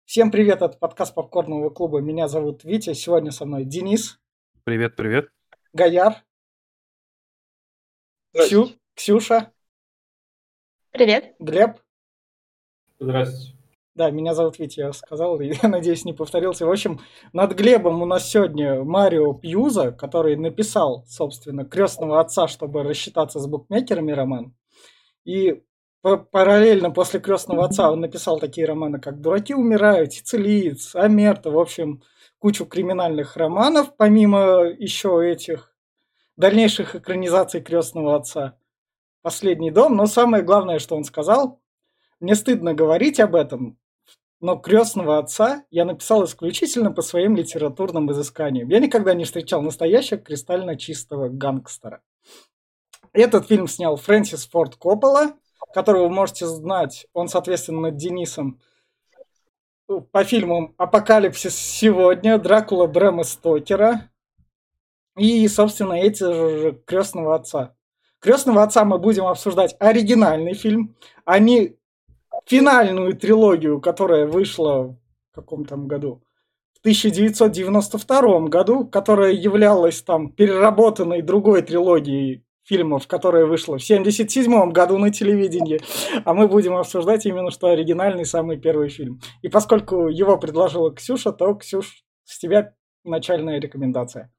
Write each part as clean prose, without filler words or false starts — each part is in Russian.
Всем привет, это подкаст Попкорного клуба. Меня зовут Витя, сегодня со мной Денис, Привет, привет. Гаяр, Здравствуйте. Ксюша, Привет. Глеб. Здравствуйте. Да, меня зовут Витя, я сказал, и я надеюсь, не повторился. В общем, над Глебом у нас сегодня Марио Пьюза, который написал, собственно, «Крестного отца», чтобы рассчитаться с букмекерами роман. И параллельно после «Крестного отца» он написал такие романы, как «Дураки умирают», «Сицилиец», «Омерта», в общем, кучу криминальных романов, помимо еще этих дальнейших экранизаций «Крестного отца». «Последний дом», но самое главное, что он сказал, мне стыдно говорить об этом, но «Крестного отца» я написал исключительно по своим литературным изысканиям. Я никогда не встречал настоящего кристально чистого гангстера. Этот фильм снял Фрэнсис Форд Коппола, которого вы можете знать, он, соответственно, над Денисом по фильмам «Апокалипсис сегодня», «Дракула» Брэма Стокера и, собственно, эти же «Крестного отца». «Крестного отца» мы будем обсуждать оригинальный фильм, а не финальную трилогию, которая вышла в каком там году? В 1992 году, которая являлась там переработанной другой трилогией фильмов, которая вышла в 1977 году на телевидении, а мы будем обсуждать именно что оригинальный самый первый фильм. И поскольку его предложила Ксюша, то, Ксюш, с тебя начальная рекомендация.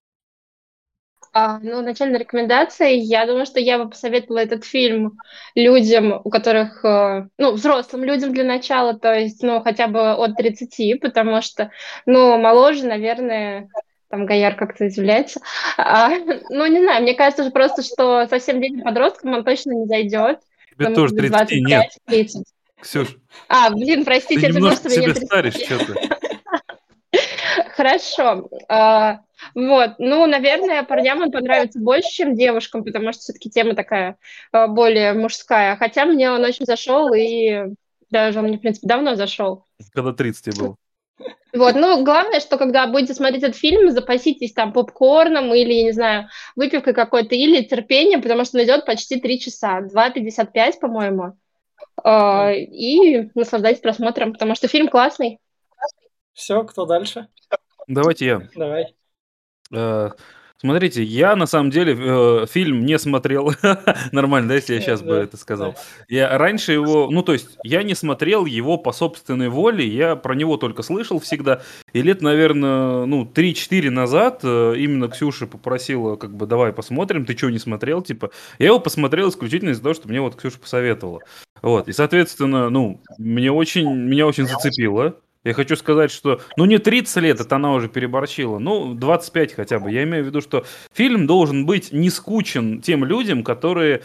Начальная рекомендация. Я думаю, что я бы посоветовала этот фильм людям, у которых, взрослым людям для начала, то есть, хотя бы от 30, потому что, моложе, наверное, там Гаяр как-то удивляется. Не знаю, мне кажется же просто, что совсем детям-подросткам он точно не зайдет. Тебе тоже 30 нет, 25-30. Ксюш. Простите, Ты я думала, немножко что меня себя старишь, что-то. Хорошо. Наверное, парням он понравится больше, чем девушкам, потому что все-таки тема такая более мужская. Хотя мне он очень зашел, и даже он мне, в принципе, давно зашел. Когда 30 тебе было. Главное, что когда будете смотреть этот фильм, запаситесь там попкорном или, я не знаю, выпивкой какой-то, или терпением, потому что он идет почти 3 часа, 2:55, по-моему. И наслаждайтесь просмотром, потому что фильм классный. Все, кто дальше? Давайте я. Давай. Смотрите, я на самом деле фильм не смотрел. Нормально, да, если я сейчас бы это сказал. Я раньше его, я не смотрел его по собственной воле, я про него только слышал всегда. И лет, наверное, 3-4 назад именно Ксюша попросила, давай посмотрим, ты что, не смотрел, типа. Я его посмотрел исключительно из-за того, что мне вот Ксюша посоветовала. Вот, и, соответственно, меня очень зацепило. Я хочу сказать, что, не 30 лет, это она уже переборщила, 25 хотя бы. Я имею в виду, что фильм должен быть не скучен тем людям, которые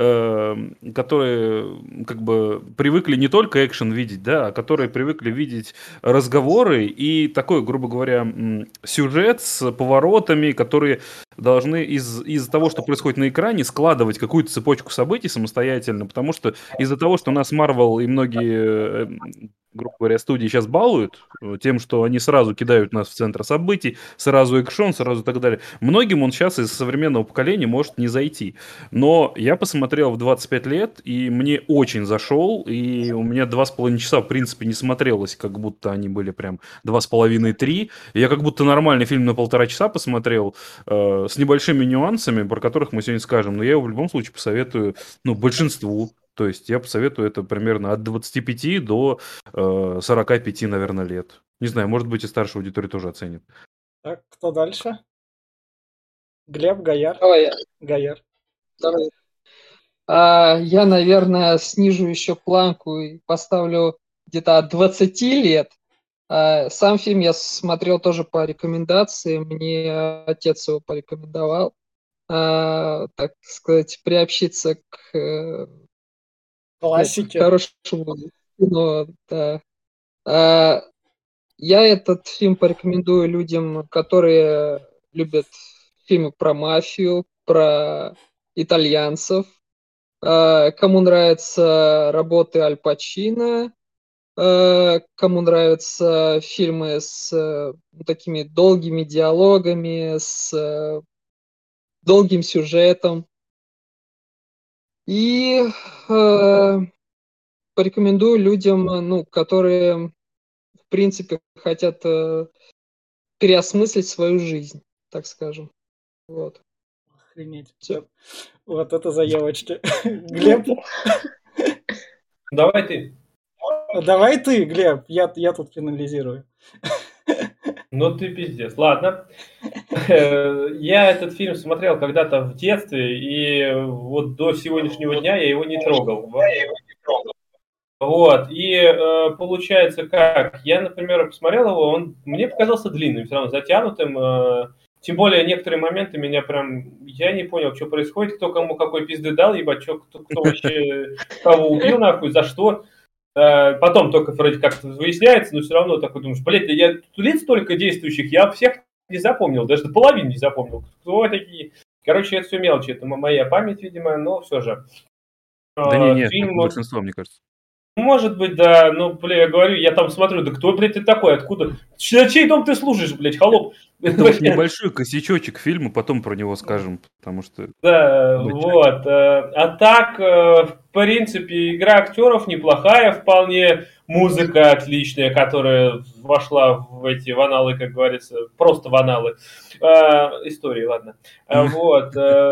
привыкли не только экшен видеть, да, а которые привыкли видеть разговоры и такой, грубо говоря, сюжет с поворотами, которые должны из-за того, что происходит на экране, складывать какую-то цепочку событий самостоятельно, потому что из-за того, что нас Marvel и многие, грубо говоря, студии сейчас балуют тем, что они сразу кидают нас в центр событий, сразу экшон, сразу так далее. Многим он сейчас из современного поколения может не зайти. Но я посмотрел в 25 лет, и мне очень зашел, и у меня 2,5 часа, в принципе, не смотрелось, как будто они были прям 2,5-3. Я как будто нормальный фильм на 1,5 часа посмотрел, с небольшими нюансами, про которых мы сегодня скажем. Но я его в любом случае посоветую, большинству. То есть я посоветую это примерно от 25 до 45, наверное, лет. Не знаю, может быть, и старшая аудитория тоже оценит. Так, кто дальше? Глеб, Гаяр. Давай я. Гаяр. Давай. Я, наверное, снижу еще планку и поставлю где-то от 20 лет. Сам фильм я смотрел тоже по рекомендации. Мне отец его порекомендовал, так сказать, приобщиться к Классики. хорошему кино. Да. Я этот фильм порекомендую людям, которые любят фильмы про мафию, про итальянцев, кому нравятся работы Аль Пачино, кому нравятся фильмы с такими долгими диалогами, с долгим сюжетом. И порекомендую людям, которые в принципе, хотят переосмыслить свою жизнь, так скажем. Вот. Охренеть. Всё. Вот это заявочки. Глеб, Давай ты. давай ты, Глеб, я тут финализирую. Ну ты пиздец. Ладно. Я этот фильм смотрел когда-то в детстве, и вот до сегодняшнего дня я его не трогал. Вот, и получается как, я, например, посмотрел его, он мне показался длинным, все равно затянутым, тем более некоторые моменты меня прям, я не понял, что происходит, кто кому какой пизды дал, ебать, кто вообще кого убил, нахуй, за что. Потом только вроде как выясняется, но все равно такой думаешь, блядь, да я тут лиц столько действующих, я всех не запомнил, даже до половины не запомнил, кто такие. Короче, это все мелочи, это моя память, видимо, но все же. Да не, нет, Фильм, большинство, мне кажется. может быть, да, ну, бля, я говорю, я там смотрю, да кто, блядь, ты такой, откуда? На чей дом ты служишь, блядь, холоп? Это вот небольшой косячочек фильма, потом про него скажем, потому что... Да, Обычно. вот. А так, в принципе, игра актеров неплохая вполне, музыка отличная, которая вошла в аналы, как говорится, просто в аналы истории, ладно. Вот.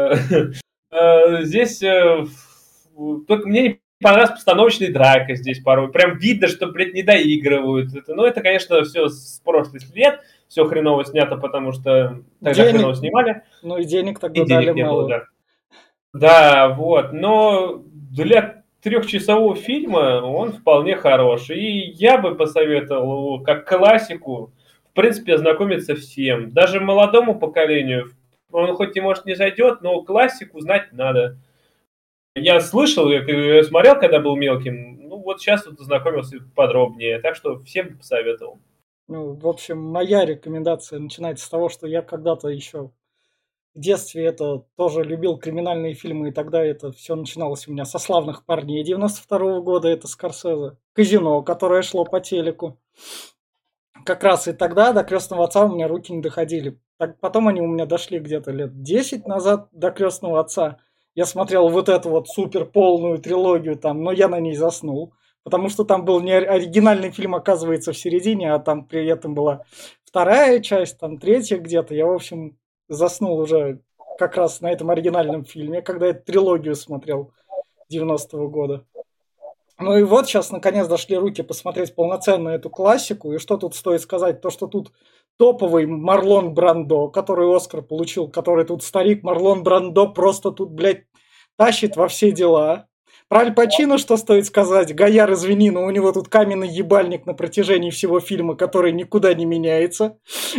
Здесь только мне не понравилась постановочная драка здесь порой. Прям видно, что, блядь, не доигрывают. Это, конечно, все с прошлых лет, все хреново снято, потому что тогда хреново снимали. Ну и денег тогда И дали денег не было, мало. да. Да, вот. Но для трехчасового фильма он вполне хорош. И я бы посоветовал его как классику, в принципе, ознакомиться всем. Даже молодому поколению. Он хоть и, может, не зайдет, но классику знать надо. Я слышал, я смотрел, когда был мелким. Ну, вот сейчас вот ознакомился подробнее. Так что всем бы посоветовал. Ну, в общем, моя рекомендация начинается с того, что я когда-то еще в детстве это тоже любил криминальные фильмы, и тогда это все начиналось у меня со «Славных парней» 92 года, это Скорсезе. «Казино», которое шло по телеку. Как раз и тогда до «Крестного отца» у меня руки не доходили. Потом они у меня дошли где-то лет 10 назад до «Крестного отца». Я смотрел вот эту вот супер полную трилогию там, но я на ней заснул. Потому что там был не оригинальный фильм, оказывается, в середине, а там при этом была вторая часть, там третья где-то. Я, в общем, заснул уже как раз на этом оригинальном фильме, когда я трилогию смотрел 90-го года. Ну и вот сейчас наконец дошли руки посмотреть полноценно эту классику. И что тут стоит сказать? То, что тут топовый Марлон Брандо, который Оскар получил, который тут старик Марлон Брандо просто тут, блядь, тащит во все дела. Про Аль Пачино что стоит сказать? Гояр, извини, но у него тут каменный ебальник на протяжении всего фильма, который никуда не меняется.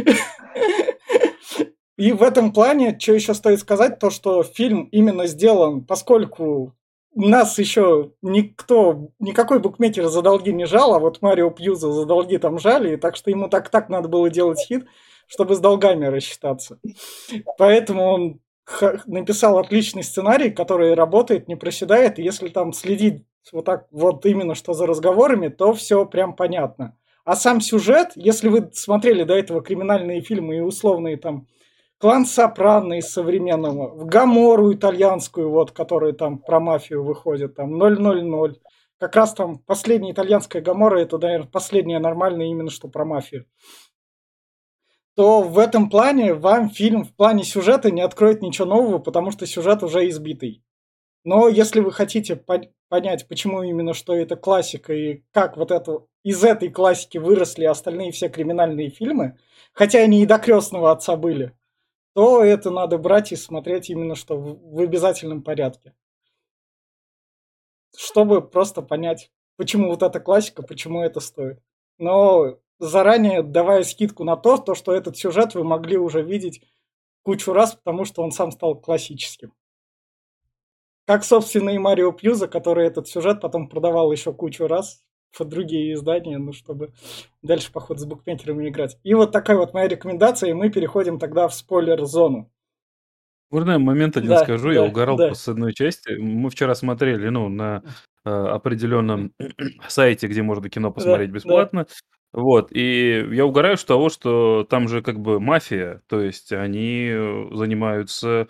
И в этом плане, что еще стоит сказать, то, что фильм именно сделан, поскольку нас еще никакой букмекер за долги не жал, а вот Марио Пьюза за долги там жали, так что ему так надо было делать хит, чтобы с долгами рассчитаться. Поэтому он написал отличный сценарий, который работает, не проседает, и если там следить вот так вот именно что за разговорами, то все прям понятно. А сам сюжет, если вы смотрели до этого криминальные фильмы и условные там «Клан Сопрано» из современного, в «Гоморру» итальянскую, вот, которая там про мафию выходит, там 000. Как раз там последняя итальянская «Гоморра» это, наверное, последняя нормальная именно что про мафию. То в этом плане вам фильм в плане сюжета не откроет ничего нового, потому что сюжет уже избитый. Но если вы хотите понять, почему именно что это классика и как вот это из этой классики выросли остальные все криминальные фильмы, хотя они и до «Крестного отца» были, то это надо брать и смотреть именно что в обязательном порядке. Чтобы просто понять, почему вот эта классика, почему это стоит. Но заранее давая скидку на то, что этот сюжет вы могли уже видеть кучу раз, потому что он сам стал классическим. Как, собственно, и Марио Пьюза, который этот сюжет потом продавал еще кучу раз в другие издания, ну, чтобы дальше, поход, с букмекерами играть. И вот такая вот моя рекомендация, и мы переходим тогда в спойлер-зону. Можно момент один Да, скажу? Я да, угорал да. с одной части. Мы вчера смотрели, на определенном сайте, где можно кино посмотреть Да. бесплатно. Вот, и я угораю с того, что там же как бы мафия, то есть они занимаются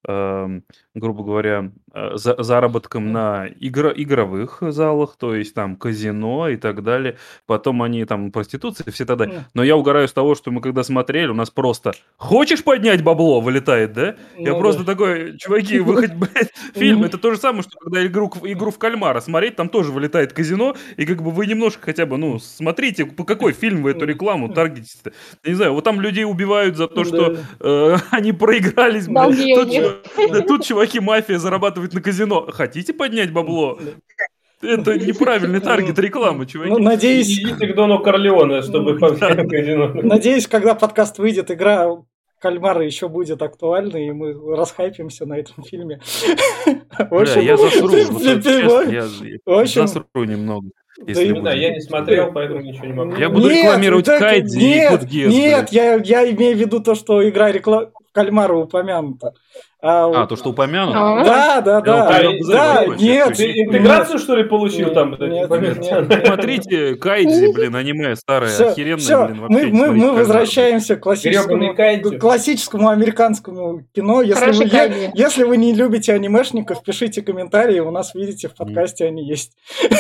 грубо говоря, заработком на игровых залах, то есть там казино и так далее. Потом они там проституции, все так далее. Но я угораю с того, что мы когда смотрели, у нас просто «Хочешь поднять бабло?» вылетает, да? Я Ну просто да. такой, чуваки, вы хоть, блядь, фильм, это то же самое, что когда игру в кальмара смотреть, там тоже вылетает казино, и как бы вы немножко хотя бы, ну, смотрите, по какой фильм вы эту рекламу таргетите-то. Я не знаю, вот там людей убивают за то, что они проигрались, блядь. Долги у них. Тут, чуваки, мафия зарабатывает на казино. Хотите поднять бабло? Это неправильный таргет рекламы, Ну, чуваки. надеюсь, Идите к Дону Корлеоне, чтобы победить казино. надеюсь, когда подкаст выйдет, игра кальмара еще будет актуальна, и мы расхайпимся на этом фильме. В Бля, общем, я засру, вот честно, я в общем, засру немного. да Если и- Ну да, будет. я не смотрел, поэтому ничего не могу. Я буду рекламировать Кайдзи и нет, Код Гиас, нет, блядь. я имею в виду то, что игра кальмара упомянута. То, что упомянуто? А? Да, понял, нет. Ты интеграцию, что ли, получил там? Нет, момент? нет. Смотрите, Кайдзи, блин, аниме старое, Всё, охеренное, блин, мы, вообще. мы, смотрите, мы кальмар. возвращаемся к Грёбаный Кайдзи. классическому американскому кино. Хороший Кайдзи. Если вы не любите анимешников, пишите комментарии, у нас, видите, в подкасте они есть.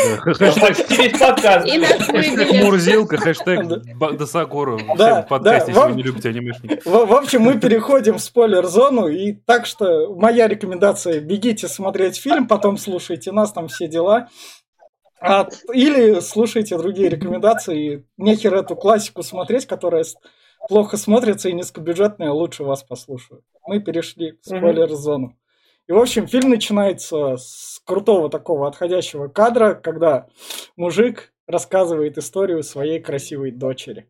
Весь подкаст. И нас выбили. Мурзилка, хэштег Досакуру. Всем Да, в подкасте, да, если вы не любите анимешники. В общем, мы переходим в спойлер-зону, и так что моя рекомендация: бегите смотреть фильм, потом слушайте нас, там все дела. Или слушайте другие рекомендации. Нехер эту классику смотреть, которая плохо смотрится и низкобюджетная, лучше вас послушаю. Мы перешли в спойлер-зону. И, в общем, фильм начинается с крутого такого отходящего кадра, когда мужик рассказывает историю своей красивой дочери.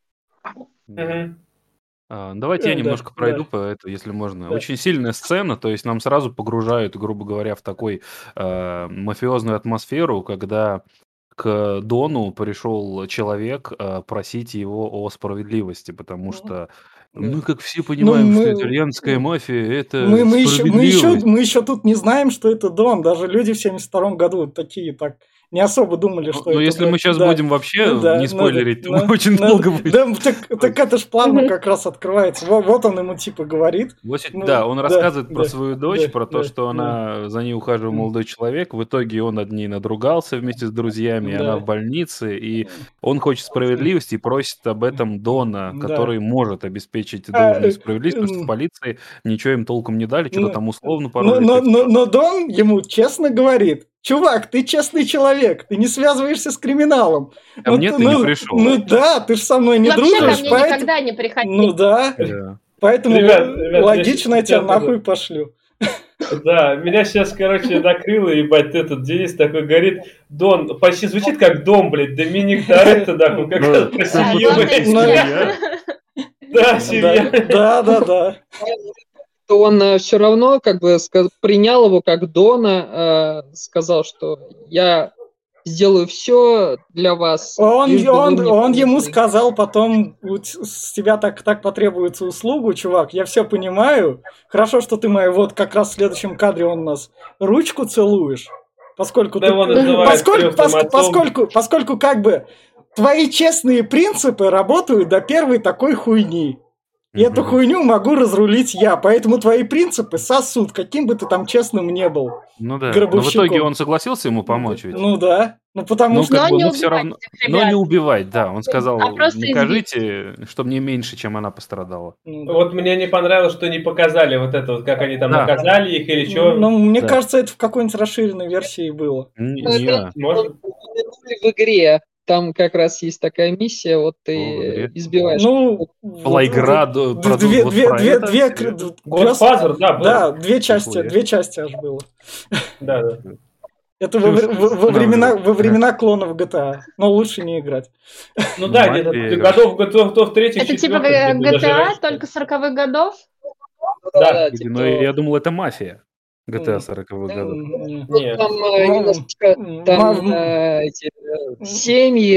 Мгм. Давайте я Да, немножко да. пройду по это, если можно. Да. Очень сильная сцена, то есть нам сразу погружают, грубо говоря, в такой мафиозную атмосферу, когда к Дону пришел человек просить его о справедливости, потому что мы, как все понимаем, что итальянская мафия – это Мы справедливость. еще тут не знаем, что это Дон. Даже люди в 72-м году такие так не особо думали, что Ну, это если Дон. мы сейчас Да. будем вообще Ну да, не спойлерить, то мы очень ну, долго будем. Да, так это ж плавно как раз открывается. Вот он ему типа говорит. Да, он рассказывает про да, свою дочь, да, про то, да, что да. она за ней ухаживал молодой человек. В итоге он над ней надругался вместе с друзьями, и Да. она в больнице, и он хочет справедливости и просит об этом Дона, Да. который может обеспечить должную справедливость, потому что в м. полиции ничего им толком не дали, что-то Ну, там условно Но, пароли. но Дон ему честно говорит: чувак, ты честный человек, ты не связываешься с криминалом. Ко мне ты не пришел. Ну да, ты же со мной не Вообще ко дружишь, мне поэтому... никогда не приходи. Ну да, Да. поэтому Ребят, логично я тебя сейчас нахуй пошлю. Да, меня сейчас, короче, накрыло, ебать, этот Денис такой говорит, Дон, почти звучит как Дом, блядь, Доминик Торетто, да, ну как раз про семью, главное, блядь. семья. Да, семья. Да. То он все равно как бы принял его как Дона, сказал, что я сделаю все для вас. Он лишь бы вы мне ему помогли. сказал потом: с тебя так потребуется услугу, чувак, я все понимаю. Хорошо, что ты моя, вот как раз в следующем кадре он нас ручку целуешь. Поскольку Да, ты- его называют крестным поскольку как бы твои честные принципы работают до первой такой хуйни. И эту хуйню могу разрулить я. Поэтому твои принципы сосут, каким бы ты там честным не был. Ну да. Но в Гробовщиком. итоге он согласился ему помочь ведь? Ну да. Ну потому Ну, что... как Но бы, не ну, все убивать равно. этих Но ребят. не убивать, да. Он сказал, А просто накажите, что мне меньше, чем она пострадала. Ну, да. Вот мне не понравилось, что не показали вот это вот, как они там Да. наказали их или что. Ну, мне Да. кажется, это в какой-нибудь расширенной версии было. Не. Может. В игре там как раз есть такая миссия, вот в игре? ты избиваешь. Ну, Была игра две вот про это? Серьезно? Godfather, да, был. Да, две части Нихуя. аж было. Да. Это Чушь во времена клонов GTA. Но лучше не играть. Ну да, Мафия где-то игра. годов третьих, Это типа четвёртых, где-то даже GTA, раньше. только 40-х годов? Да. типа, Ну, я думал, это мафия. GTA 40-х годов. Не. Нет. там Ну, немножко там м- эти семьи,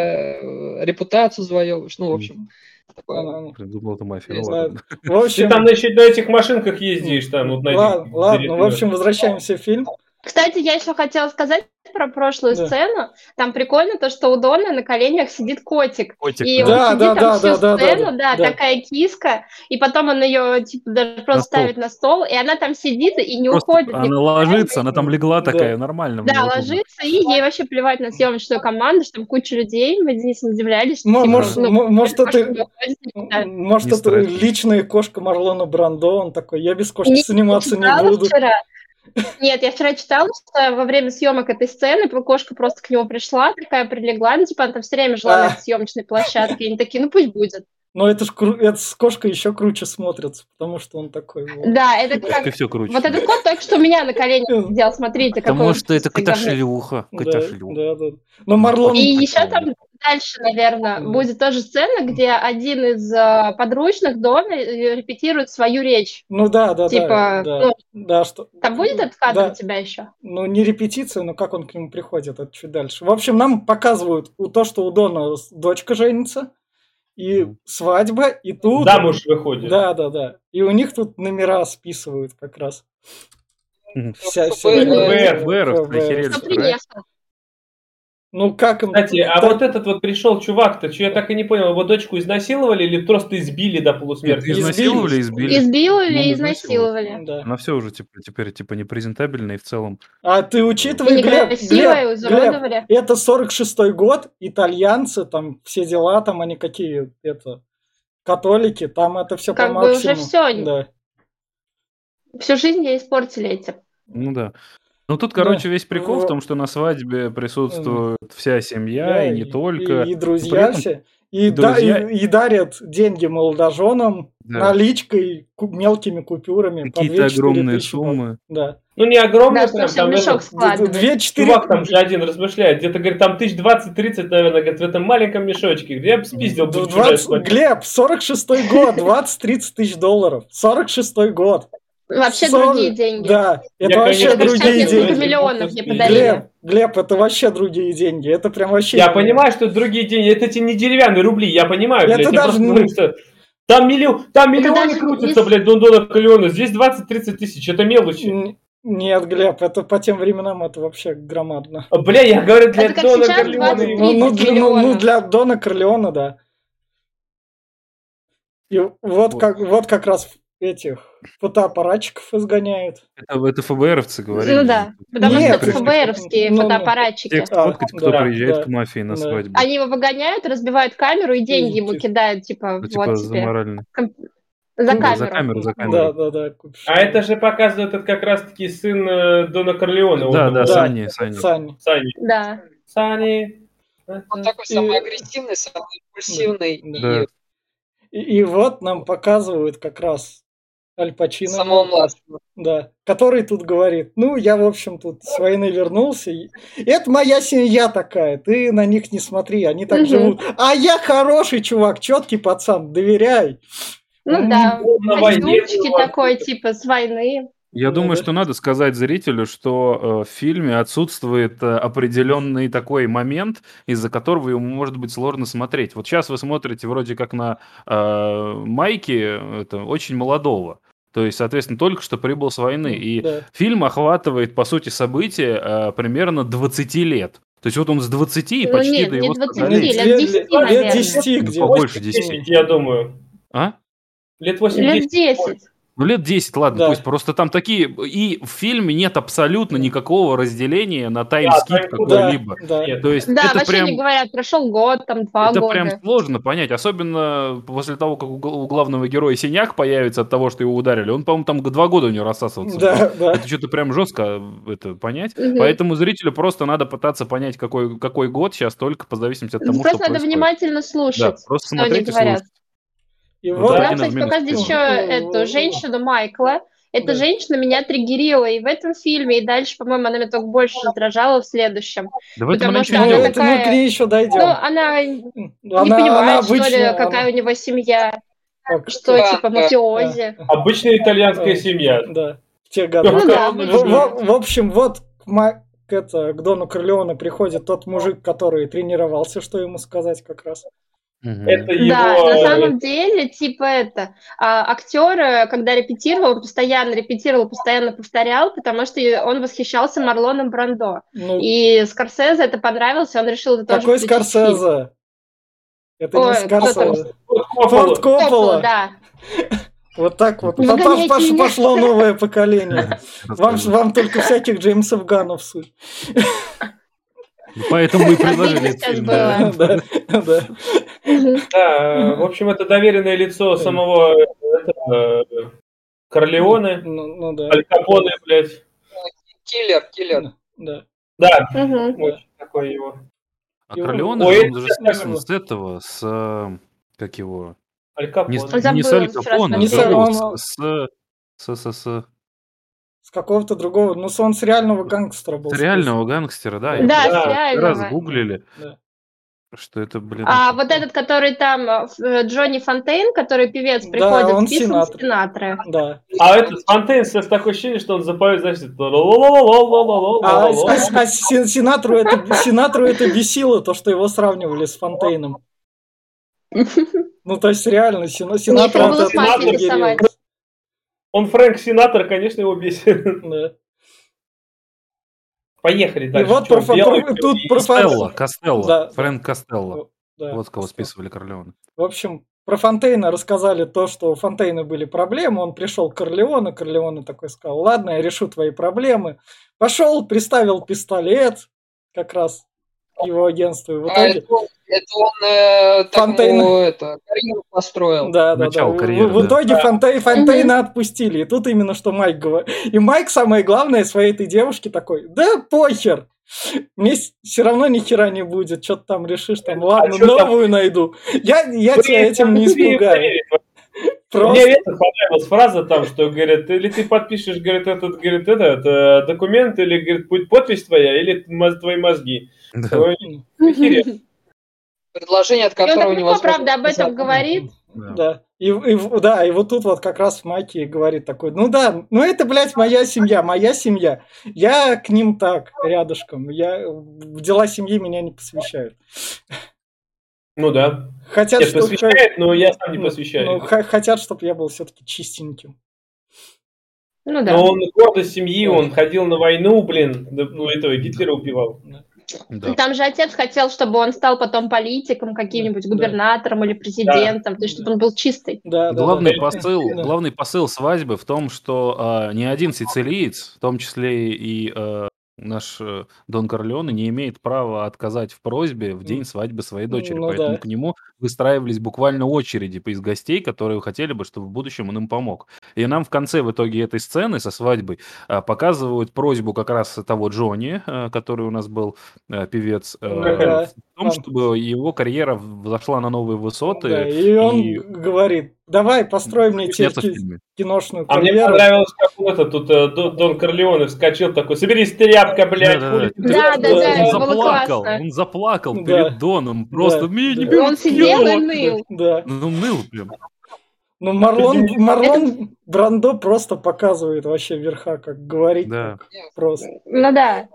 репутацию завоевываешь, ну, в общем. такое. Думал, это мафия. Ну Есть. ладно. В Ты общем, там на этих машинках ездишь, там, вот на этих ладно, в деревьях. общем, возвращаемся в фильм. Кстати, я еще хотела сказать про прошлую Да. сцену. Там прикольно то, что у Дона на коленях сидит котик. Котик, И да. он Да, сидит там всю да, сцену, да, да. такая киска, и потом он ее типа даже На просто стол. ставит на стол, и она там сидит и не Просто уходит она никуда. ложится, она там легла Да. такая, нормально, мне Да, удобно. ложится, и ей вообще плевать на съемочную команду, что там куча людей. Мы с Денисом удивлялись, что типа, Может, может, кошка это, не уходит никуда. может, Не это стресс. личная кошка Марлона Брандо, он такой, я без кошки Не, заниматься не читала буду. вчера. Нет, я вчера читала, что во время съемок этой сцены кошка просто к нему пришла, такая прилегла, ну, типа, она там все время жила на А. этой съемочной площадке, и они такие, ну, пусть будет. Но это с кошкой еще круче смотрится, потому что он такой вот. Да, это Так и как... все круче. Вот этот кот только что у меня на коленях сидел, смотрите, какой Потому он что это чистый, говно. котя-шлюха. Да, Котя-шлюха. да. Но Марлон... И Очень еще прикольно. там дальше, наверное, Да. будет тоже сцена, где один из подручных Дона репетирует свою речь. Ну да, Типа, да. ну, Да, что... там будет этот кадр Да. у тебя еще? Ну, не репетиция, но как он к нему приходит, это чуть дальше. В общем, нам показывают то, что у Дона дочка женится, и свадьба, и тут... Замуж выходит. Да. И у них тут номера списывают как раз. Мгм. ФБРовцы охерели, Кто что приехал? Ну, как им... Кстати, а Так, вот этот вот пришел чувак-то, что я так и не понял, его дочку изнасиловали или просто избили до полусмерти? Нет, изнасиловали, избили. Избил или Ну, изнасиловали? да. Она все уже теперь непрезентабельная и в целом. А ты И учитывай, Глеб, некрасивая, изуродовали. это 46-й год, итальянцы, там все дела, там они какие, католики, там это все по Как бы уже максимуму. всё. Да. Всю жизнь ей испортили этим. Ну да. Ну тут, короче, весь прикол в том, что на свадьбе присутствует вся семья, Да, и не только. И При друзья этом все. И друзья- и дарят деньги молодоженам Да. наличкой, мелкими купюрами. по какие-то 2-4 огромные тысячи. суммы. Да. Ну не огромный, Да, прям, что там в мешок этот складывают. 2-4... чувак там же один размышляет, где-то, говорит, там 1020-30, наверное, говорит, в этом маленьком мешочке, где я бы спиздил бы чужая свадьба. Глеб, 46-й год, 20-30 тысяч долларов. 46-й год. Вообще 40 другие деньги. Да, это Я, вообще конечно, другие сейчас несколько деньги. миллионов мне Глеб, подарили. Глеб, это вообще другие деньги. Это прям вообще... Я понимаю, что это другие деньги, это эти не деревянные рубли, я понимаю, Это блядь, я даже просто не- говорю, что там миллионы даже крутятся, не- блядь, Дона Калеона, здесь 20-30 тысяч, это мелочи. Нет, Глеб, это по тем временам это вообще громадно. Бля, я говорю, для Это как Дона сейчас Корлеона... 20 Ну, миллионов. для Дона Корлеона, да. И вот как раз этих фотоаппаратчиков изгоняют. Это ФБРовцы говорили. Ну да, потому что Нет, это ФБРовские ну, фотоаппаратчики. Тех сфоткать, кто да, приезжает да, к мафии на да. свадьбу. Они его выгоняют, разбивают камеру и деньги ему кидают, типа, Ну, типа вот за тебе. морально. За Ну, камеру. За камеру. Да. А это же показывает этот как раз-таки сын Дона Корлеона. Да, вот да, его. Санни. Сань. Да. Сани. Он такой самый агрессивный, самый импульсивный. Да. И вот нам показывают как раз Аль И Пачино. самого младшего. Да, который тут говорит, ну, я, в общем, тут с войны вернулся. И это моя семья такая, ты на них не смотри, они так Мгм. живут. А я хороший чувак, четкий пацан, доверяй. Ну да. На войне Костюмчики было. такой, типа, с войны. Я Ну, думаю, да. что надо сказать зрителю, что в фильме отсутствует определенный такой момент, из-за которого ему может быть сложно смотреть. Вот сейчас вы смотрите вроде как на Майки, это очень молодого. То есть, соответственно, только что прибыл с войны. И Да. фильм охватывает, по сути, события примерно 20 лет. То есть вот он с 20 и Ну почти нет, до не его 20, столетия. лет 10, наверное. Лет 10 Ну, где-то. побольше 10, 10. я думаю. А? Лет 8-10. Лет 10. Ну, лет 10, ладно, Да. пусть. Просто там такие... И в фильме нет абсолютно никакого разделения на таймскип тайм-код, какой-либо. Да. Нет. То есть Да, это вообще прям... не говорят, прошел год, там 2 Это года. прям сложно понять, особенно после того, как у главного героя синяк появится от того, что его ударили. Он, по-моему, там 2 года у него рассасываться будет. Да. Это что-то прям жестко это понять. Мгм. Поэтому зрителю просто надо пытаться понять, какой год сейчас, только по зависимости от того, Просто что надо происходит. внимательно слушать, Да, просто что они смотреть и говорят. слушать. И Вот вот, это Нам, один из кстати, минусов показывают еще фильма. эту женщину Майкла. Эта Да. женщина меня триггерила и в этом фильме, и дальше, по-моему, она меня только больше раздражала в следующем. Да в этом Потому она что ничего ну, не она делает. это мы к ней еще Ну, дойдем. она не понимает, что ли, какая у него семья, что, типа, мафиози. Обычная итальянская семья. Да, в те годы. Ну да, В общем, вот к Дону Корлеоне приходит тот мужик, который тренировался, что ему сказать как раз. Это Да, на его... самом деле, типа актер, когда репетировал, он постоянно репетировал, постоянно повторял, потому что он восхищался Марлоном Брандо. Ну, И Скорсезе это понравилось, и он решил это тоже какой включить в фильм. Скорсезе? Это не Ой, кто там? Скорсезе. Коппола. Форд Коппола, Коппола. да. Вот так вот. Загоняйте меня. Пошло новое поколение. Вам только всяких Джеймсов Ганнов суть. Поэтому мы и предложили Обидно этот сейчас фильм. было. Да. Да. Да, в общем, это доверенное лицо самого Корлеоне, Ну да. Аль Капоне, блядь. Киллер. Да. Да, Мгм. очень такой его. А И Корлеоне Ой, же, он же списан с этого, как его... Аль Не, Капоне. не с Забыла, Аль вчера Капоне, Не смотрела. С какого-то другого. Ну, он с реального гангстера был. с реального гангстера, да. Да, Я с просто раз реального. гуглили, Да. что это, блин... А вот этот, который там, Джонни Фонтейн, который певец, Да, приходит, он списан с Синатра. Синатры. Да. А этот Фонтейн, сейчас такое ощущение, что он запоет, значит, Синатру это бесило, то, что его сравнивали с Фонтейном. Ну, то есть, реально, Синатра... Нечего было это с мафией охерел. рисовать. Он Фрэнк Синатра, конечно, его бесит. Да. Поехали И дальше. вот Чё, белый, тут про Костелло, Да, Фрэнк Костелло. да, Вот кого Костелло. списывали Корлеоне. В общем, про Фонтейна рассказали то, что у Фонтейна были проблемы. Он пришел к Корлеоне. Корлеоне такой сказал: ладно, я решу твои проблемы. Пошел, приставил пистолет как раз его агентству. И в итоге... Это он Фонтейн. карьеру построил. Да. Начало В карьеры, итоге Фонтейна отпустили. И тут именно что Майк говорит. И Майк, самое главное, своей этой девушке такой: да похер! Мне все равно ни хера не будет. Что ты там решишь? Там, ладно, чё там? новую найду. Я тебя этим не испугаю. Мне Просто... это понравилась фраза там, что, говорят, или ты подпишешь, говорит, этот документ, или, говорит, будет подпись твоя, или твои мозги. Да. Ой, охереть. Предложение, от И он которого так легко, невозможно правда, об этом отказаться. говорит. Да. Да, и вот тут вот как раз Маки говорит такой: ну да, ну это, блядь, моя семья. Я к ним так, рядышком. В дела семьи меня не посвящают. Ну да. Хотят, Нет, посвящает, но я сам не посвящаю. хотят, чтобы я был все-таки чистеньким. Ну да. Но он гордость семьи, он ходил на войну, блин, ну этого Гитлера убивал. Да. Там же отец хотел, чтобы он стал потом политиком, каким-нибудь Да. губернатором или президентом, то есть чтобы он был чистый. Да. Главный Да. главный посыл свадьбы в том, что ни один сицилиец, в том числе и наш Дон Корлеоне, не имеет права отказать в просьбе в день свадьбы своей дочери. Ну Поэтому да. к нему выстраивались буквально очереди из гостей, которые хотели бы, чтобы в будущем он им помог. И нам в конце в итоге этой сцены со свадьбой показывают просьбу как раз того Джонни, который у нас был певец, Да. в том, чтобы его карьера взошла на новые Да, высоты. и он говорит: давай, построй мне снятся в фильме. киношную А мне карьеру. понравилось, как тут Дон Корлеоне вскочил такой: соберись, тряпка, блядь. Да, это было классно. Он заплакал Да. перед Доном. Просто Да, меня не да. берут Он в сидел и кино. ныл. Да. Ну, ныл прям. Ну, Марлон Брандо просто показывает вообще верха, как говорить. Да. Так, просто. Ну да.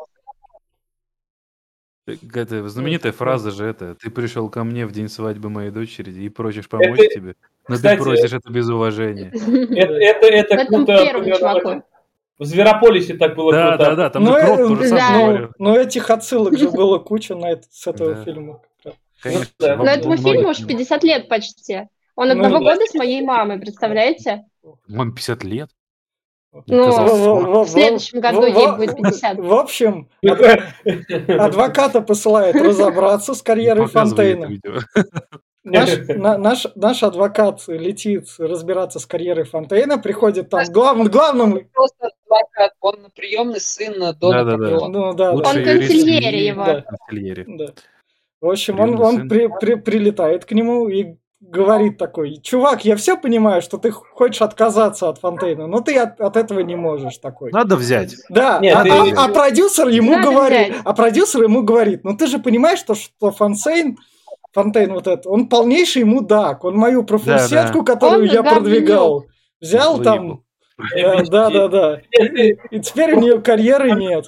Это знаменитая фраза же это: ты пришел ко мне в день свадьбы моей дочери и просишь помочь тебе, но кстати, ты просишь это без уважения. Это В этом круто. первому например, чуваку. В Зверополисе так было круто. Да, там Ну, же Крот тоже да. самое говорил. Ну, этих отсылок же было куча с этого Да. фильма. Конечно. Да. во Но этому многих фильму уж фильмах. 50 лет почти. Он Ну, одного да. года с моей мамой, представляете? Вам 50 лет? Ну, Казалось, 40. в следующем году ей будет 50. В общем, адвоката посылает разобраться с карьерой Показывай это Фонтейна. видео. Наш адвокат летит разбираться с карьерой Фонтейна, приходит там главным... Просто адвокат, он приемный сын Дона Да-да-да. Корлеоне. Ну, да, Лучший Он юрист консильери семьи. его. Да. Консильери. Да. В общем, Приемный он сын. прилетает к нему и говорит такой: чувак, я все понимаю, что ты хочешь отказаться от Фонтейна, но ты от этого не можешь такой. Надо взять. Да, Нет, а продюсер ему Надо говорит: ну ты же понимаешь, что Фонтейн вот это, он полнейший мудак, он мою профурсетку, которую Он я продвигал, взял Выебал. там, да, и теперь у нее карьеры нет.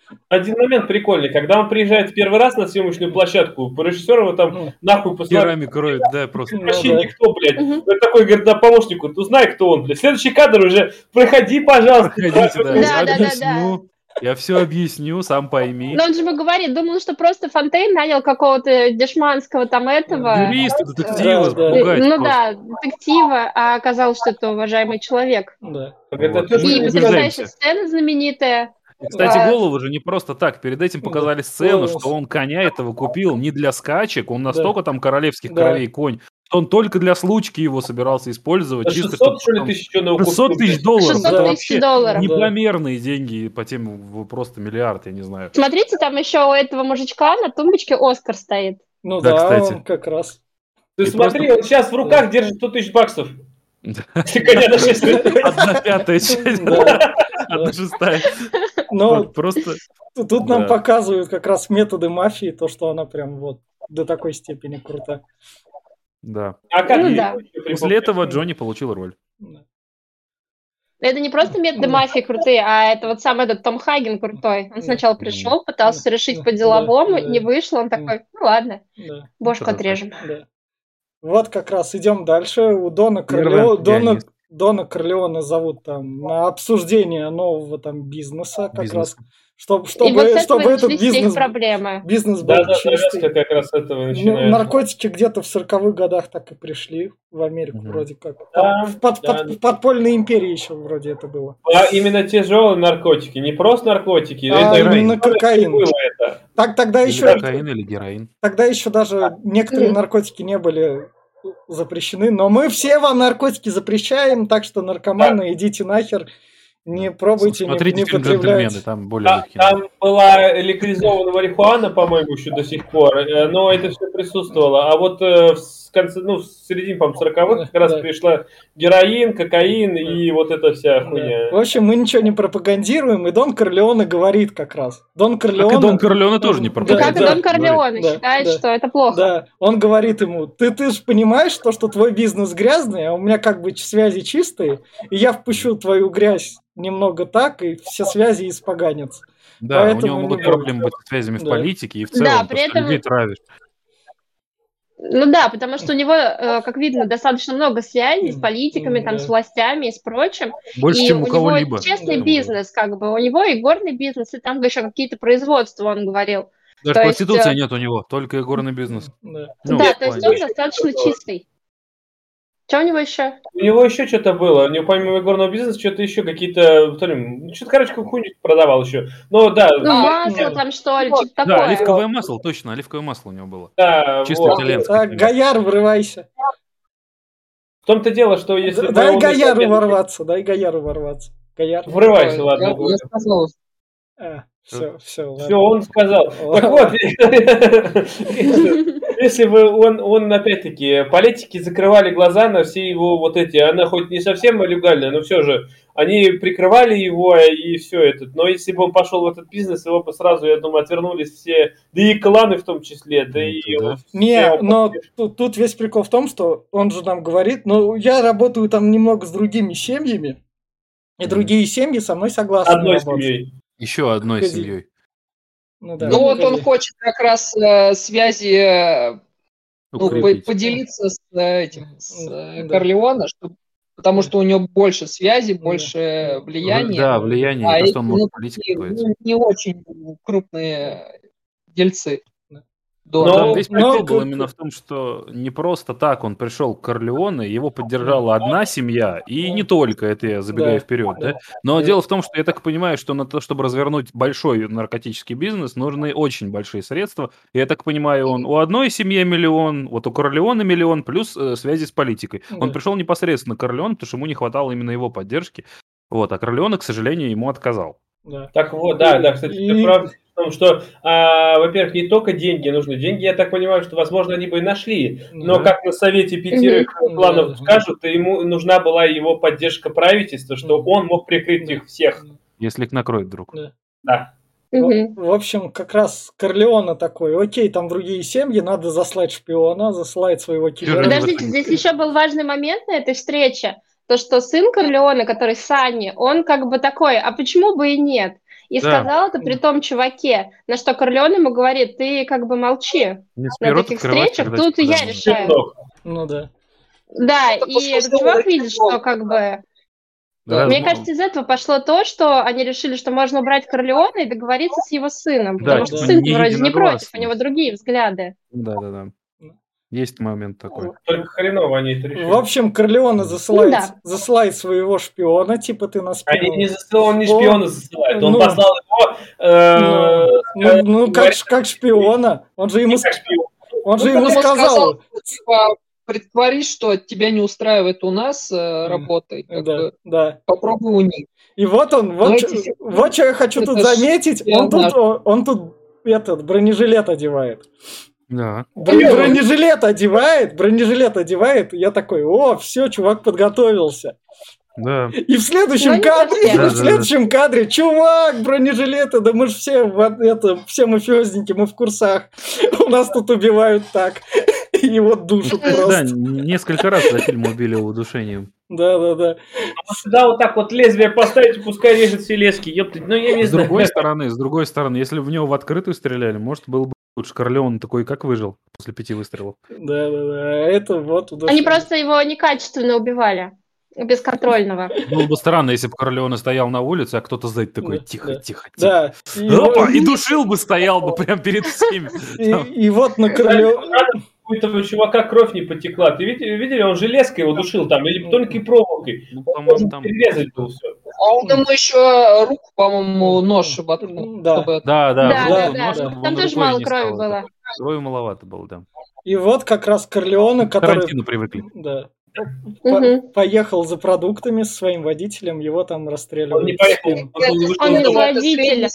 один момент прикольный. Когда он приезжает в первый раз на съемочную площадку, режиссер его там нахуй послал. Керамик роет, да, просто. Вообще Ну да. никто, блядь. Мгм. Он такой говорит на помощнику, узнай, кто он, блядь. Следующий кадр уже, проходи, пожалуйста. Проходите, да. Да, Я да, да, объясню. Я все объясню, сам пойми. Но он же говорит, думал, что просто Фонтейн нанял какого-то дешманского там этого. Юриста, детектива, Да, да. пугать Ну просто. да, детектива, а оказалось, что это уважаемый человек. Да. Это Вот. то, что И Мы потрясающая убеждаемся. сцена знаменитая. И, кстати, А, голову же не просто так. Перед этим показали сцену, Да. что он коня этого купил не для скачек, он Да. настолько там королевских Да. кровей конь, что он только для случки его собирался использовать. За чисто 600, что ли, потом- тысяч он его 600 купил, тысяч блядь. долларов. 600 Это Да. тысяч вообще долларов. непомерные деньги, по тем просто миллиард, я не знаю. Смотрите, там еще у этого мужичка на тумбочке Оскар стоит. Ну Да, да, кстати. он как раз. Ты И смотри, он сейчас в руках держит 100 тысяч баксов. Если коня на 6 лет. 1/5 часть, Да. 1/6. Но Вот просто. тут нам Да. показывают как раз методы мафии, то, что она прям вот до такой степени крута. Да. А как Ну ей да. еще После припомнить? этого Джонни получил роль. Да. Это не просто методы мафии крутые, а это вот сам этот Том Хаген крутой. Он сначала пришел, пытался решить по-деловому, Да. не вышло, он такой, ну ладно, Да. бошку Красавчик. отрежем. Да. Вот как раз идем дальше. У Дона Первый пианист. Дона Корлеоне зовут там на обсуждение нового там бизнеса как Бизнеса. раз, чтобы И вот с этого чтобы и этот начались все их бизнес проблемы. был Да, чистый. завязка как раз с этого и Ну, начинается. наркотики где-то в 40-х годах так и пришли в Америку Мгм. вроде как. Да, Там да. в подпольной империи еще вроде это было. А именно тяжелые наркотики, не просто наркотики. А это именно кокаин. было это. Тогда Или еще кокаин, или героин. даже некоторые наркотики не были запрещены, но мы все вам наркотики запрещаем, так что наркоманы, идите нахер, не пробуйте, Смотрите не фильм «Джентльмены», потребляйте. там более легкий. Там была легализована марихуана, по-моему, еще до сих пор, но это все присутствовало. А вот в конце, в середине, по-моему, 40-х как раз Да. пришла героин, кокаин и вот эта вся Да. хуйня. В общем, мы ничего не пропагандируем, и Дон Корлеоне говорит как раз. Дон Как Корлеоне... и Дон Корлеоне тоже не Да, Ну как и пропагандирует. Дон Корлеоне да, считает, да. что это плохо. Да, он говорит ему, ты же понимаешь, что твой бизнес грязный, а у меня как бы связи чистые, и я впущу твою грязь немного так, и все связи испоганятся. Да, у Поэтому него могут не будет. проблемы быть с связями в Да. политике и в Да, целом, при то, что этом- людей травишь. Ну да, потому что у него, как видно, достаточно много связей с политиками, там, Да. с властями и с прочим. Больше, И чем у него кого-либо. честный Да. бизнес, как бы. У него и горный бизнес, и там еще какие-то производства, он говорил. Даже То есть, проституции нет у него, только игорный бизнес. Да. Ну, да, в то есть плане. он достаточно чистый. Что у него еще? У него еще что-то было. У него помимо игорного бизнеса что-то еще какие-то... Что-то, короче, какую-нибудь продавал еще. Ну, да. Ну, масло там, что ли, что-то Да, такое. оливковое масло, точно, оливковое масло у него было. Да, Чисто вот. итальянское. Так, Гояр, врывайся. В том-то дело, что если... Дай он- Гояру ворваться, дай Гояру ворваться. Гояр. Врывайся, ладно. Я сказал, Все, Все, он сказал. Ладно. Так вот, если бы он опять-таки, политики закрывали глаза на все его вот эти, она хоть не совсем легальная, но все же, они прикрывали его и все это. Но если бы он пошел в этот бизнес, его бы сразу, я думаю, отвернулись все, да и кланы в том числе, да и... Да. все Не, его- но тут весь прикол в том, что он же нам говорит, ну, я работаю там немного с другими семьями, и другие семьи со мной согласны Одной работать. семьей. Еще одной Погоди. семьей. Ну, да, ну вот он погоди. хочет как раз связи Укрепить. поделиться с этим, с Да. Корлеоне, потому что у него больше связей, больше влияния. Да, влияние, А и то, эти что он может внутри, политикой не очень крупные дельцы. Но- Там весь но прикол был как- именно в том, что не просто так он пришел к Корлеоне, его поддержала одна семья, и не только, это я забегаю Да, вперед, да. да? Но Да. дело в том, что я так понимаю, что на то, чтобы развернуть большой наркотический бизнес, нужны очень большие средства. И я так понимаю, он у одной семьи миллион, вот у Корлеоне миллион, плюс связи с политикой. Он Да. пришел непосредственно к Корлеоне, потому что ему не хватало именно его поддержки. Вот, а Корлеоне, к сожалению, ему отказал. Да. Так вот, да, кстати, И- ты прав в том, что, во-первых, не только деньги нужны. Деньги, я так понимаю, что, возможно, они бы и нашли. Но Да. как на совете 5 Мгм. кланов Да. скажут, ему нужна была его поддержка правительства, что Мгм. он мог прикрыть их всех. Если их накроет вдруг. Да. Мгм. В общем, как раз Корлеоне такой, окей, там другие семьи, надо заслать шпиона, засылает своего киллера. Чужой. Подождите, здесь еще был важный момент на этой встрече. То, что сын Корлеоне, который Санни, он как бы такой, а почему бы и нет? и Да. сказал это при том чуваке, на что Корлеоне ему говорит, ты как бы молчи. Не смей На рот таких открывать, встречах когда тут тебя я даже- решаю. Ну да. Да, Это и то, что этот сделал чувак Рики видит, что Бобби. как бы... Да. Мне кажется, из этого пошло то, что они решили, что можно убрать Корлеоне и договориться с его сыном, Да, потому типа что не сын вроде не против, единогласно. у него другие взгляды. Да. Есть момент такой. Только хреново они это решили. В общем, Корлеоне Да. засылает своего шпиона, типа ты на спину. Они не засылают, он не шпиона засылает. Он Ну. послал его... Как шпиона. Он же ему как шпион. Он же Ну, ему ему сказал. типа, притворись, что тебя не устраивает у нас работа, и как бы Да. попробуй у них. И вот он, Но эти все- вот что я хочу это тут ж заметить. шпионаж. Он тут этот бронежилет одевает. Да. Бронежилет одевает. Я такой, я чувак подготовился. Да. И в следующем Ну, не кадре, совсем. в следующем кадре, чувак, бронежилеты, да мы же все мафиозники, мы в курсах. У нас тут убивают так. И его душат Да, просто. несколько раз за фильм убили его удушением. Да. Сюда вот так вот лезвие поставить, пускай режет все лески. Ёпта, ну я не С знаю. другой стороны, если в него в открытую стреляли, может, было бы лучше. Корлеон такой, как выжил после 5 выстрелов. Да. Это вот удушение. Они просто его некачественно убивали, бесконтрольного. Было бы странно, если бы Корлеоне стоял на улице, а кто-то сзади такой, Да, тихо. Да. Опа, и душил бы, стоял бы прям перед всеми. И вот на Корлеоне... У этого чувака кровь не потекла. Ты видели, он железкой его душил там, или тонкой проволокой. Ну, Он по-моему, должен там... перерезать был все. А он ему еще руку, по-моему, нож воткнул. Да. Чтобы... Да. Да. Там тоже мало крови было. Крови маловато было, да. И вот как раз Корлеоне, К который... Тарантино привыкли. Да. Мгм. Поехал за продуктами со своим водителем, его там расстреливают. Он не поехал. Он не Это водитель,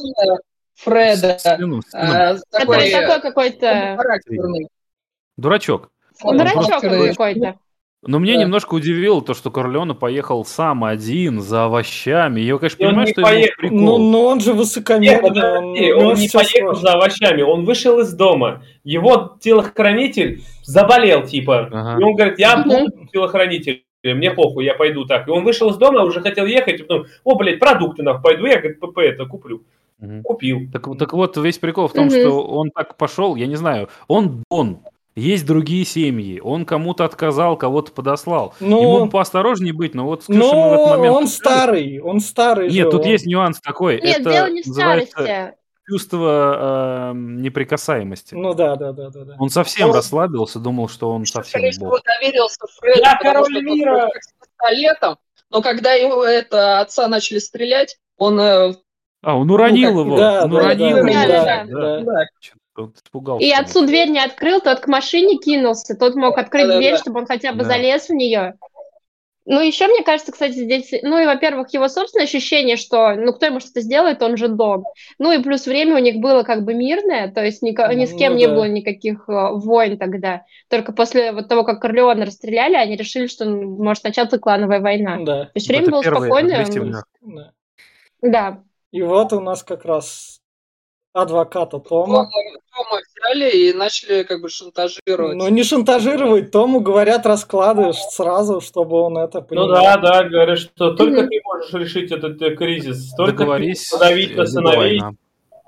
Фреда. Спину. который такой какой-то характерный. Дурачок. дурачок Просто- какой-то. Но мне Да. немножко удивило то, что Корлеоне поехал сам один за овощами. Я, конечно, И он понимаю, не что ему поехал. прикол. Ну, он же Нет, высокомерный. подожди, у него он не всё поехал сложно. за овощами, он вышел из дома. Его телохранитель заболел, типа. Ага. И он говорит, я Мгм. буду телохранитель. Мне похуй, я пойду так. И он вышел из дома, уже хотел ехать, и потом, продукты нахуй пойду, я, говорит, ПП это куплю. Мгм. Купил. Так вот, весь прикол в том, Мгм. что он так пошел, я не знаю, он Дон. Есть другие семьи. Он кому-то отказал, кого-то подослал. Ну, Ему бы поосторожнее быть, но вот с Ксюшей Ну, мы в этот момент... он старый же. Нет, тут он- есть нюанс такой. Нет, это дело не в называется старости. чувство неприкасаемости. Ну да. Он совсем Ну, расслабился, думал, что он совсем Скорее бог. всего, доверился Фреду, Я потому король что тот мира. вроде как с пистолетом, но когда его отца начали стрелять, он Он уронил Ну, как- его. Да, Он да, уронил да, его. да, Да. да, Он испугался. И отцу дверь не открыл, тот к машине кинулся, тот мог открыть Да-да-да. дверь, чтобы он хотя бы Да. залез в нее. Ну, еще, мне кажется, кстати, здесь, ну, и, во-первых, его собственное ощущение, что, ну, кто ему что-то сделает, он же Дон. Ну, и плюс время у них было как бы мирное, то есть ни с кем Ну не да. было никаких войн тогда. Только после вот того, как Корлеоне расстреляли, они решили, что может начаться клановая война. Да. То есть время было спокойное. агрессивный. Да. Да. И вот у нас как раз адвоката Тома. Тома взяли и начали как бы шантажировать. Ну, не шантажировать, Тому говорят, раскладываешь сразу, чтобы он это Ну понимал. да, говорят, что только Мгм. ты можешь решить этот кризис. Только Договорись. ты подавить на либо сыновей. война.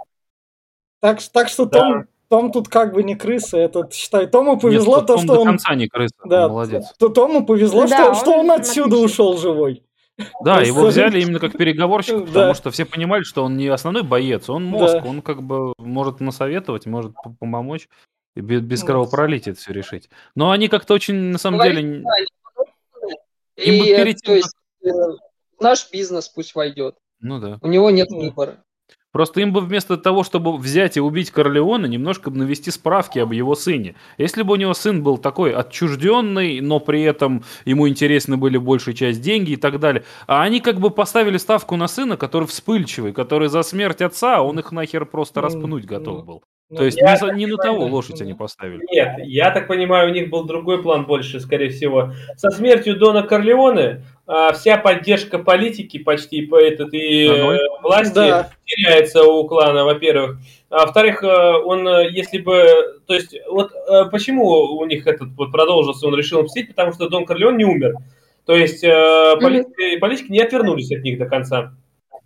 Так что Да. Том тут как бы не крыса. Это, считай, Тому повезло Нет, то, Том что до он... конца не крыса. Да, Молодец. Тому повезло, Да, что он он отсюда отлично. ушел живой. Да, Просто- его взяли именно как переговорщика, Да. потому что все понимали, что он не основной боец, он мозг, Да. он как бы может насоветовать, может помочь и без Ну, кровопролития это все решить. Но они как-то очень, на самом Говорит, деле, да, они подумали. им бы И, перед то тем, есть, наш бизнес пусть войдет. ну да. У него нет Ну. выбора. Просто им бы вместо того, чтобы взять и убить Корлеоне, немножко бы навести справки об его сыне. Если бы у него сын был такой отчужденный, но при этом ему интересны были большая часть деньги и так далее, а они как бы поставили ставку на сына, который вспыльчивый, который за смерть отца, он их нахер просто распнуть готов был. То есть Я не на того понимаю. лошадь они поставили. Нет, я так понимаю, у них был другой план больше, скорее всего. Со смертью Дона Корлеоне вся поддержка политики почти и На ноль. власти Да. теряется у клана, во-первых. А во-вторых, он, если бы... То есть, вот почему у них этот вот продолжился, он решил мстить, потому что Дон Корлеон не умер. То есть, политики не отвернулись от них до конца.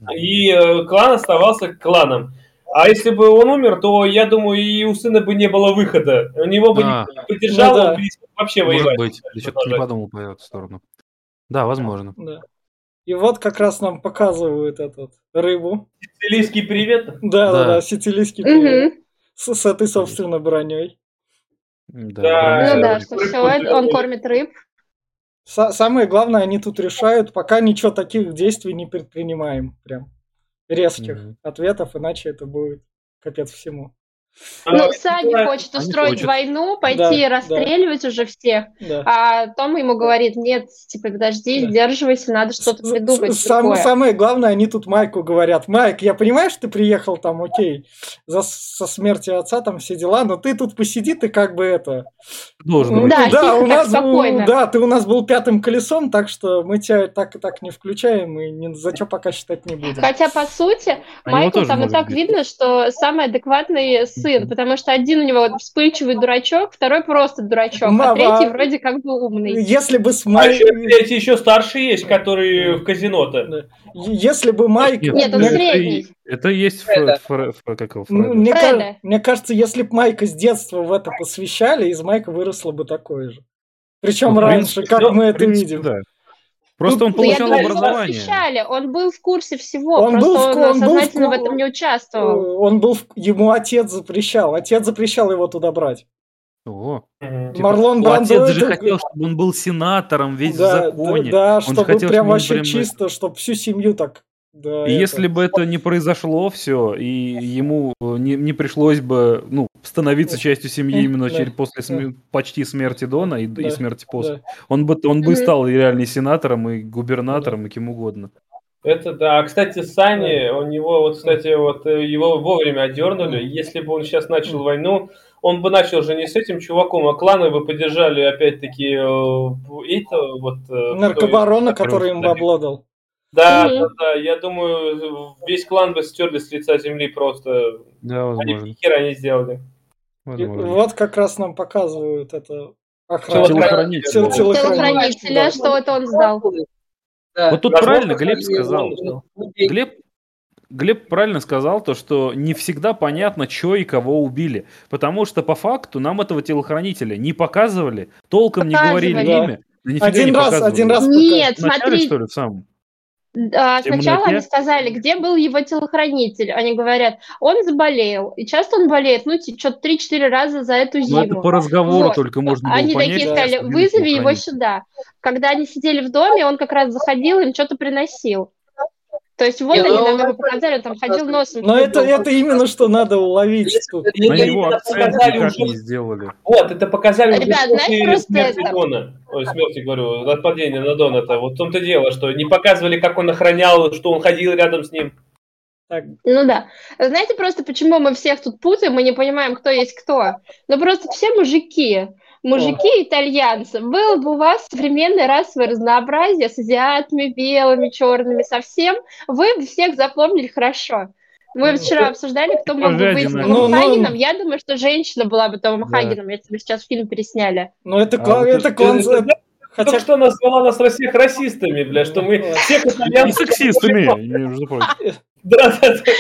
и клан оставался кланом. А если бы он умер, то, я думаю, и у сына бы не было выхода. У него бы никто не поддержал, он бы вообще Может воевать. быть. Я что-то не подумал по эту сторону. Да, возможно. Да. И вот как раз нам показывают рыбу. Сицилийский привет. Да, сицилийский привет. С этой, собственно, броней. Да, что все, он кормит рыб. Самое главное, они тут решают, пока ничего таких действий не предпринимаем. Прям резких ответов, иначе это будет капец всему. Ну, Саня хочет устроить войну, пойти расстреливать уже всех, а Том ему говорит, нет, типа, подожди, сдерживайся, надо что-то придумать. Самое главное, они тут Майку говорят, Майк, я понимаю, что ты приехал там, окей, со смерти отца, там все дела, но ты тут посиди, ты как бы это... Должен быть. Да, у нас спокойно. Да, ты у нас был пятым колесом, так что мы тебя так и так не включаем и ни за что пока считать не будем. Хотя, по сути, Майку там и так видно, что самый адекватный сын, потому что один у него вспыльчивый дурачок, второй просто дурачок, а третий вроде как бы умный. Если бы третий еще старший есть, который в казино-то. Да. Если бы Майк... Нет, он средний. Это есть Мне кажется, если бы Майка с детства в это посвящали, из Майка выросло бы такое же. Причем раньше, как мы это видим. Да. Просто он получал образование. Он был в курсе всего, он сознательно в этом не участвовал. Ему отец запрещал его туда брать. Марлон Брандо... Отец же хотел, чтобы он был сенатором, весь в законе. Да, чтобы прям вообще чисто, чтобы всю семью так... И если бы это не произошло все, и ему не пришлось бы становиться частью семьи именно после почти смерти Дона и смерти после, он бы стал реально сенатором, и губернатором, и кем угодно. Это да. А, кстати, Сани, у него, его вовремя одернули. Если бы он сейчас начал войну, он бы начал же не с этим чуваком, а кланы бы поддержали опять-таки наркобарона, который им бабло дал. Да, я думаю, весь клан бы стерли с лица земли просто. Да, возможно. Они ни хера не сделали. Вот как раз нам показывают это телохранителя, что это он сдал. Вот тут правильно Глеб сказал. Глеб правильно сказал то, что не всегда понятно, что и кого убили. Потому что по факту нам этого телохранителя не показывали, толком не говорили имя. Один раз. Нет, смотри. Что ли, в самом? Сначала они сказали, где был его телохранитель. Они говорят, он заболел. И часто он болеет, что-то 3-4 раза за эту зиму. Это по разговору только можно было понять. Они такие сказали, вызови его сюда. Когда они сидели в доме, он как раз заходил, им что-то приносил. То есть вот они нам его показали, он там ходил носом. Но это именно что надо уловить. На его акцент никак не сделали. Вот, это показали ребят, знаете, смерти Дона. Ой, смерти, говорю, нападение на Дона-то. Вот в том-то дело, что не показывали, как он охранял, что он ходил рядом с ним. Ну да. Знаете просто, почему мы всех тут путаем, мы не понимаем, кто есть кто? Ну просто все мужики. Итальянцы. Было бы у вас современное расовое разнообразие с азиатами, белыми, черными, совсем, вы бы всех запомнили хорошо. Мы вчера обсуждали, кто мог бы быть Томом Хагеном. Я думаю, что женщина была бы Томом Хагеном, если бы сейчас фильм пересняли. Ну это концепт. Хотя что назвала нас всех расистами, бля, что мы всех итальянцев... И сексистами, между прочим. Да.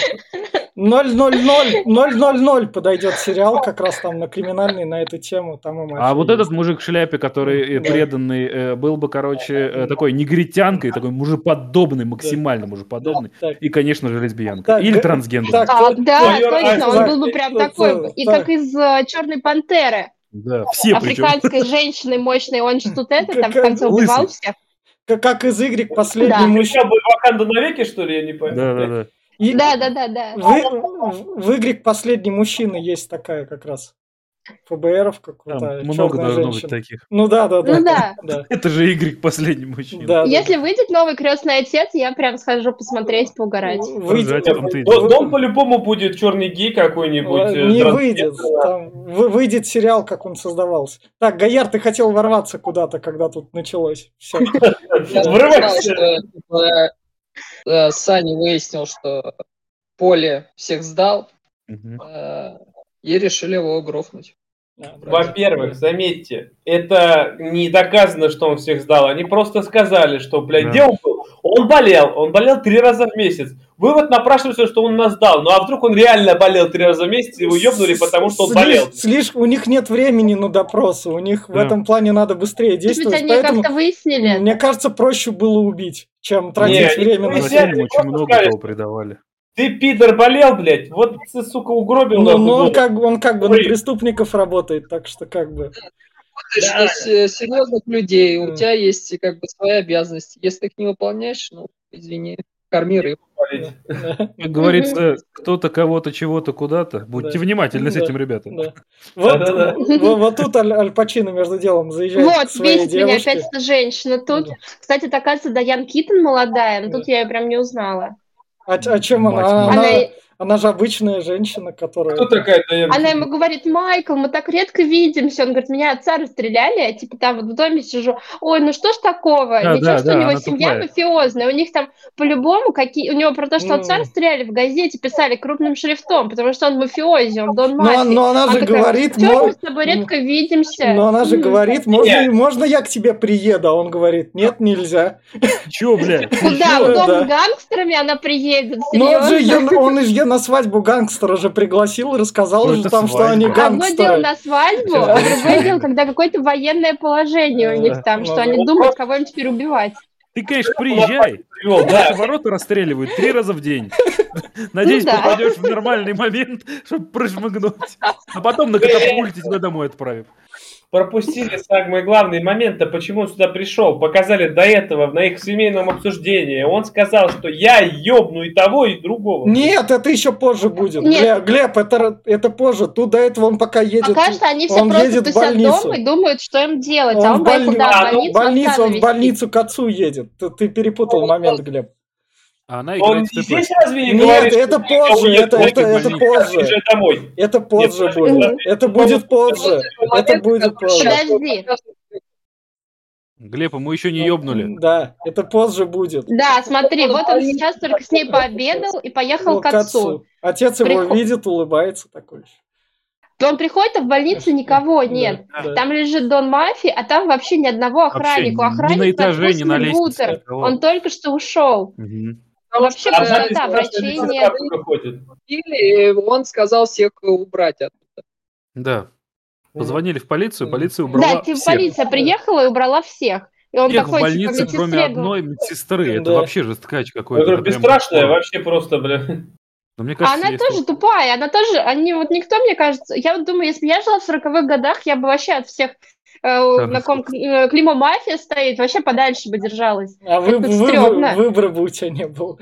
000 подойдет сериал как раз там на криминальный на эту тему. А вот этот мужик в шляпе, который преданный, был бы, такой негритянкой, такой мужеподобный, максимально мужеподобный. И, конечно же, лесбиянка. Или трансгендер. Да, точно, он был бы прям такой. И как из «Черной пантеры». Да, все африканской женщиной мощной, он же тут там в конце убивал всех. Как из «Y» последний мужчина. Ваканда навеки, что ли, я не понял. Да. В «Y» последний мужчина есть такая как раз. ФБРовка крутая. Много должно быть таких. Ну да. Это же Y последний мужчина. Если выйдет новый «Крестный отец», я прям схожу посмотреть, поугарать. Дом по-любому будет черный гей какой-нибудь. Не выйдет. Выйдет сериал, как он создавался. Так, Гаяр, ты хотел ворваться куда-то, когда тут началось. Все. Саня выяснил, что Поле всех сдал, и решили его грохнуть. Во-первых, заметьте, это не доказано, что он всех сдал. Они просто сказали, что, блядь, где он был? Он болел 3 раза в месяц. Вывод напрашивается, что он нас дал. Ну а вдруг он реально болел 3 раза в месяц, и его ёбнули, потому что он болел. Слишком у них нет времени на допросы, у них в этом плане надо быстрее действовать. Ведь они как-то выяснили. Мне кажется, проще было убить, чем тратить время на фильм. Очень много того придавали. Ты, пидор, болел, блядь? Вот ты, сука, угробил. Ну, он как бы на преступников работает, так что как бы... Да. Серьезных людей, у тебя есть как бы свои обязанности. Если ты их не выполняешь, ну, извини, корми рыбу. Как говорится, кто-то кого-то чего-то куда-то. Будьте внимательны с этим, ребята. Вот тут Аль Пачино между делом заезжает к своей девушке. Вот, бесит меня опять эта женщина. Тут, кстати, оказывается, Дайан Китон молодая, но тут я ее прям не узнала. А чем она? Она же обычная женщина, которая... Кто такая Дайан Китон? Она ему говорит: Майкл, мы так редко видимся. Он говорит: меня отца расстреляли, я типа там вот в доме сижу. Ой, ну что ж такого? Ничего, что у него семья мафиозная. У них там по-любому у него про то, что отца расстреляли, в газете писали крупным шрифтом, потому что он мафиози, он Дон Мафи. Но она же говорит... Чё мы с тобой редко видимся? Но она же говорит: можно я к тебе приеду? А он говорит: нет, нельзя. Чё, блядь? Куда? В дом с гангстерами она приедет? Серьезно? Он ее на свадьбу гангстера же пригласил и рассказал же там, что они гангстеры. Одно дело на свадьбу, а другое дело, когда какое-то военное положение у них там, что они думают, кого им теперь убивать. Ты, конечно, приезжай. Ворота расстреливают 3 раза в день. Надеюсь, попадешь в нормальный момент, чтобы прошмыгнуть. А потом на катапульте тебя домой отправим. Пропустили самые главные моменты, почему он сюда пришел. Показали до этого на их семейном обсуждении. Он сказал, что я ёбну и того, и другого. Нет, это еще позже будет. Глеб, это позже. Тут до этого он пока едет. Пока что они все просто тусят дома и думают, что им делать. А он поехал в больницу. Он в больницу к отцу едет. Ты перепутал момент, Глеб. Она играет в здесь разве не Нет, говорит, это позже, это позже. Это позже будет. Это будет позже. Это будет позже. Подожди. Глеб, мы еще не ёбнули. Да, это позже будет. Да, смотри, вот он сейчас только с ней пообедал и поехал к отцу. Отец его видит, улыбается такой. Он приходит, а в больнице никого нет. Там лежит Дон Мафи, а там вообще ни одного охранника. Охранник ни на этаже, ни на лестнице. Он только что ушел. Вообще, да, врачей нет. Или он сказал всех убрать оттуда. Да. Позвонили в полицию, полиция убрала всех. Да, типа полиция приехала и убрала всех. И он всех такой, в больнице, типа, кроме одной медсестры. Это вообще жесткач какой-то. Это бесстрашная, вообще просто, бля. Мне кажется, она тоже тупая, она тоже, никто, мне кажется, я вот думаю, если бы я жила в 40-х годах, я бы вообще от всех, на ком клеймо мафия стоит, вообще подальше бы держалась. А выбора бы у тебя не было.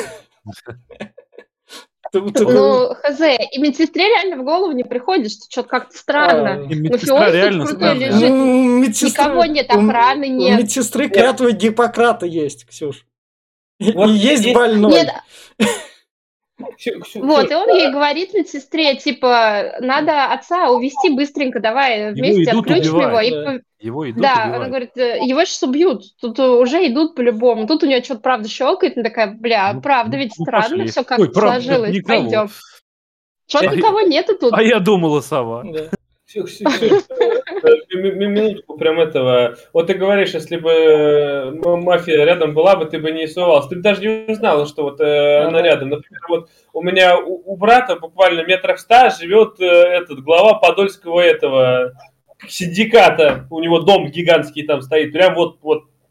Ну, хз, и медсестре реально в голову не приходит, что что-то как-то странно. Медсестра реально странная. Никого нет, охраны нет. У медсестры клятва Гиппократа есть, Ксюш. И есть больной. Нет. Вот, и он ей говорит, медсестре, типа, надо отца увезти быстренько, давай вместе отключим его. Его идут да, убивать. она говорит, его сейчас убьют, тут уже идут по-любому. Тут у нее что-то правда щелкает, она такая, бля, правда, ведь странно все как сложилось, пойдем. Что-то никого нету тут. А я думала, сова. Минутку прям этого. Вот ты говоришь, если бы мафия рядом была бы, ты бы не сувался. Ты бы даже не узнала, что вот она рядом. Например, вот у меня у брата буквально метрах 100 живет этот глава подольского этого синдиката. У него дом гигантский там стоит. Прям вот.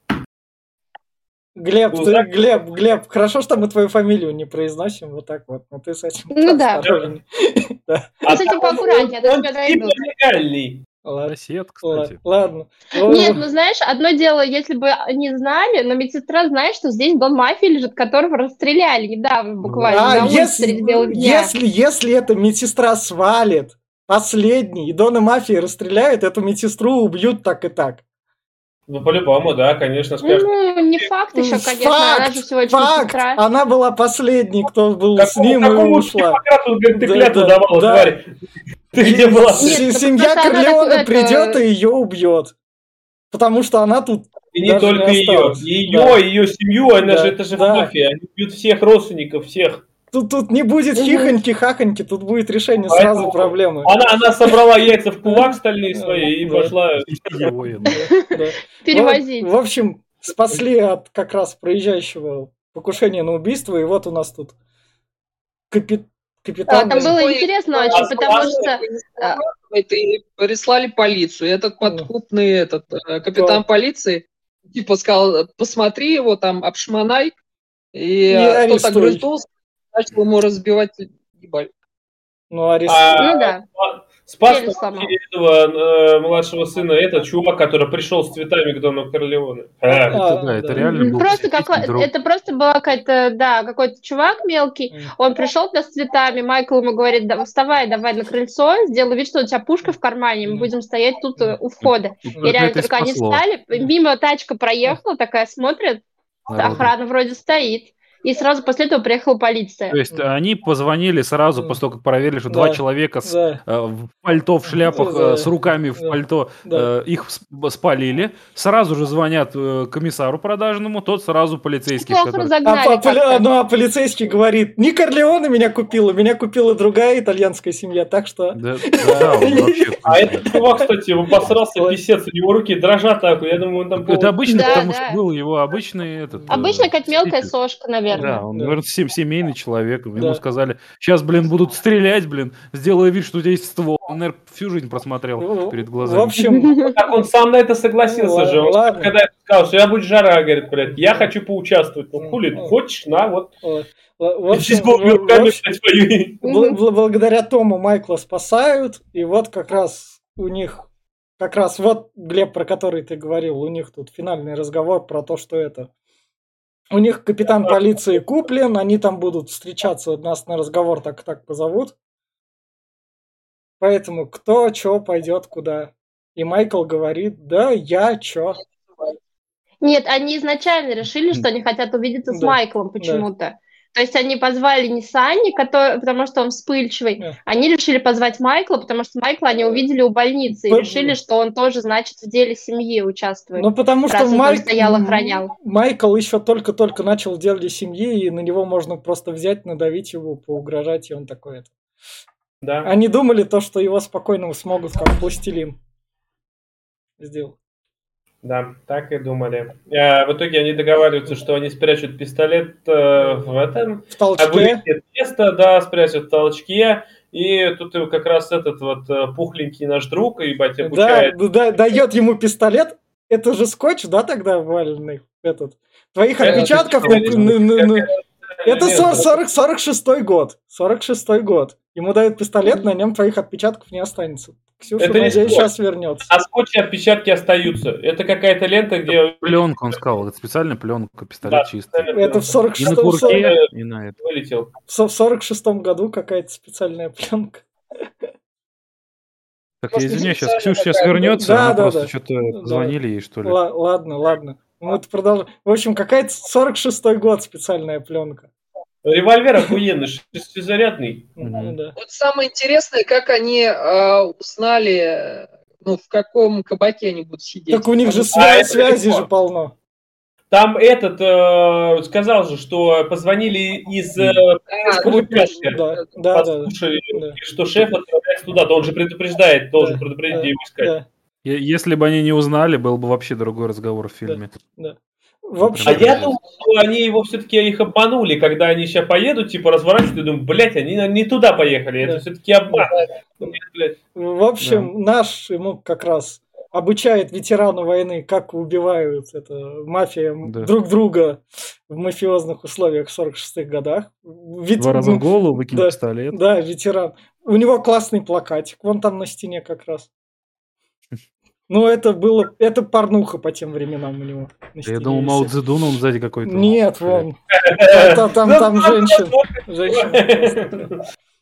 Глеб, хорошо, что мы твою фамилию не произносим вот так вот, но ты с этим поосторожнее. С этим поаккуратнее, а то тебя найдут. Легальный. Сосед, кстати. Ладно. Нет, ну знаешь, одно дело, если бы не знали, но медсестра знает, что здесь Дон Мафи лежит, которого расстреляли недавно буквально на улице среди белого дня. Если эта медсестра свалит последний, и Дона Мафии расстреляют, эту медсестру убьют так и так. Ну, по-любому, да, конечно, скажешь. Ну, не факт еще, конечно, она же всего лишь медсестра. Она была последней, кто был с ним и ушла. Ты клятву давала, тварь. Ты где была? Семья Корлеоне придет и ее убьет. Потому что она тут. И не только ее. Ее семью, это же мафия. Они убьют всех родственников, всех. Тут не будет хихоньки-хахоньки, тут будет решение сразу проблемы. Она собрала яйца в кулак стальные свои и пошла перевозить. В общем, спасли от как раз проезжающего покушения на убийство, и вот у нас тут капитан... Там было интересно очень, потому что... И прислали полицию. Этот подкупный капитан полиции типа сказал, посмотри его там, обшмонай. И тот огрызнулся, начал ему разбивать ебаль. Ну, арестовали. да. Спас этого младшего сына этот чувак, который пришел с цветами к Дону Корлеоне. Это реально был. Это просто была какой-то чувак мелкий, он пришел туда с цветами, Майкл ему говорит, вставай, давай на крыльцо, сделай вид, что у тебя пушка в кармане, мы будем стоять тут у входа. И реально только они встали, мимо тачка проехала, такая смотрит, охрана вроде стоит. И сразу после этого приехала полиция. То есть они позвонили сразу после того, как проверили, что два человека в пальто, в шляпах, с руками в пальто, их спалили. Сразу же звонят комиссару продажному, тот сразу полицейский. А полицейский говорит, не Корлеоне меня купила другая итальянская семья, так что... А этот чувак, кстати, обосрался писец, у него руки дрожат так, я думаю, он там... Это обычно, потому что был его обычный... Обычная какая-то мелкая сошка, наверное. Да, он, наверное, семейный человек. Ему сказали, сейчас, будут стрелять, сделай вид, что у тебя есть ствол. Он, наверное, всю жизнь просмотрел перед глазами. В общем... Так он сам на это согласился же. Он, когда я сказал, что я будет жара, говорит, блядь, я хочу поучаствовать. Ну, хули, хочешь, на, вот. Благодаря Тому Майкла спасают, и вот как раз у них... Как раз вот, Глеб, про который ты говорил, у них тут финальный разговор про то, что это... У них капитан полиции куплен, они там будут встречаться, нас на разговор так позовут. Поэтому кто, чё, пойдет куда. И Майкл говорит, да, я, чё. Нет, они изначально решили, что они хотят увидеться с Майклом почему-то. То есть они позвали не Санни, потому что он вспыльчивый, они решили позвать Майкла, потому что Майкла они увидели у больницы и решили, что он тоже, значит, в деле семьи участвует. Ну, потому что охранял. Майкл еще только-только начал в деле семьи, и на него можно просто взять, надавить его, поугрожать, и он такой это. Да. Они думали то, что его спокойно смогут как пластилин сделать. Да, так и думали. В итоге они договариваются, что они спрячут пистолет в толчке. Место, да, спрячут в толчке. И тут как раз этот вот пухленький наш друг, ебать, обучает. Да, дает ему пистолет. Это же скотч, да, тогда валенный? Твоих отпечатков... Это 46-й год. 46-й год. Ему дают пистолет, на нем твоих отпечатков не останется. Ксюша, надеюсь, сейчас вернется. А скотчи отпечатки остаются. Это какая-то лента, где... Пленка, он сказал. Это специальная пленка, пистолет чистый. Это в 46-м... И на курке, и на это. Вылетел. В 46-м году какая-то специальная пленка. Так, я извиняюсь, Ксюша сейчас вернется, она просто что-то звонили ей, что ли. Ладно. Мы продолжим. В общем, какая-то 46-й год специальная пленка. Револьвер охуенный, шестизарядный. Вот самое интересное, как они узнали, в каком кабаке они будут сидеть. Так у них же связи же полно. Там этот сказал же, что позвонили из подслушали, что шеф отправляется туда, да он же предупреждает, должен предупредить, где его искать. Если бы они не узнали, был бы вообще другой разговор в фильме. Да. А я думал, что они его все-таки их обманули, когда они сейчас поедут, типа разворачиваются, и думаю, блядь, они не туда поехали, это все-таки обман. В общем, наш ему как раз обучает ветерану войны, как убивают мафия друг друга в мафиозных условиях в 46-х годах. 2 раза в голову выкинь пистолет. Да, ветеран. У него классный плакатик, вон там на стене как раз. Ну, это порнуха по тем временам у него. Я думал, Мао Цзэдун, он сзади какой-то. Нет, вон. Там женщина.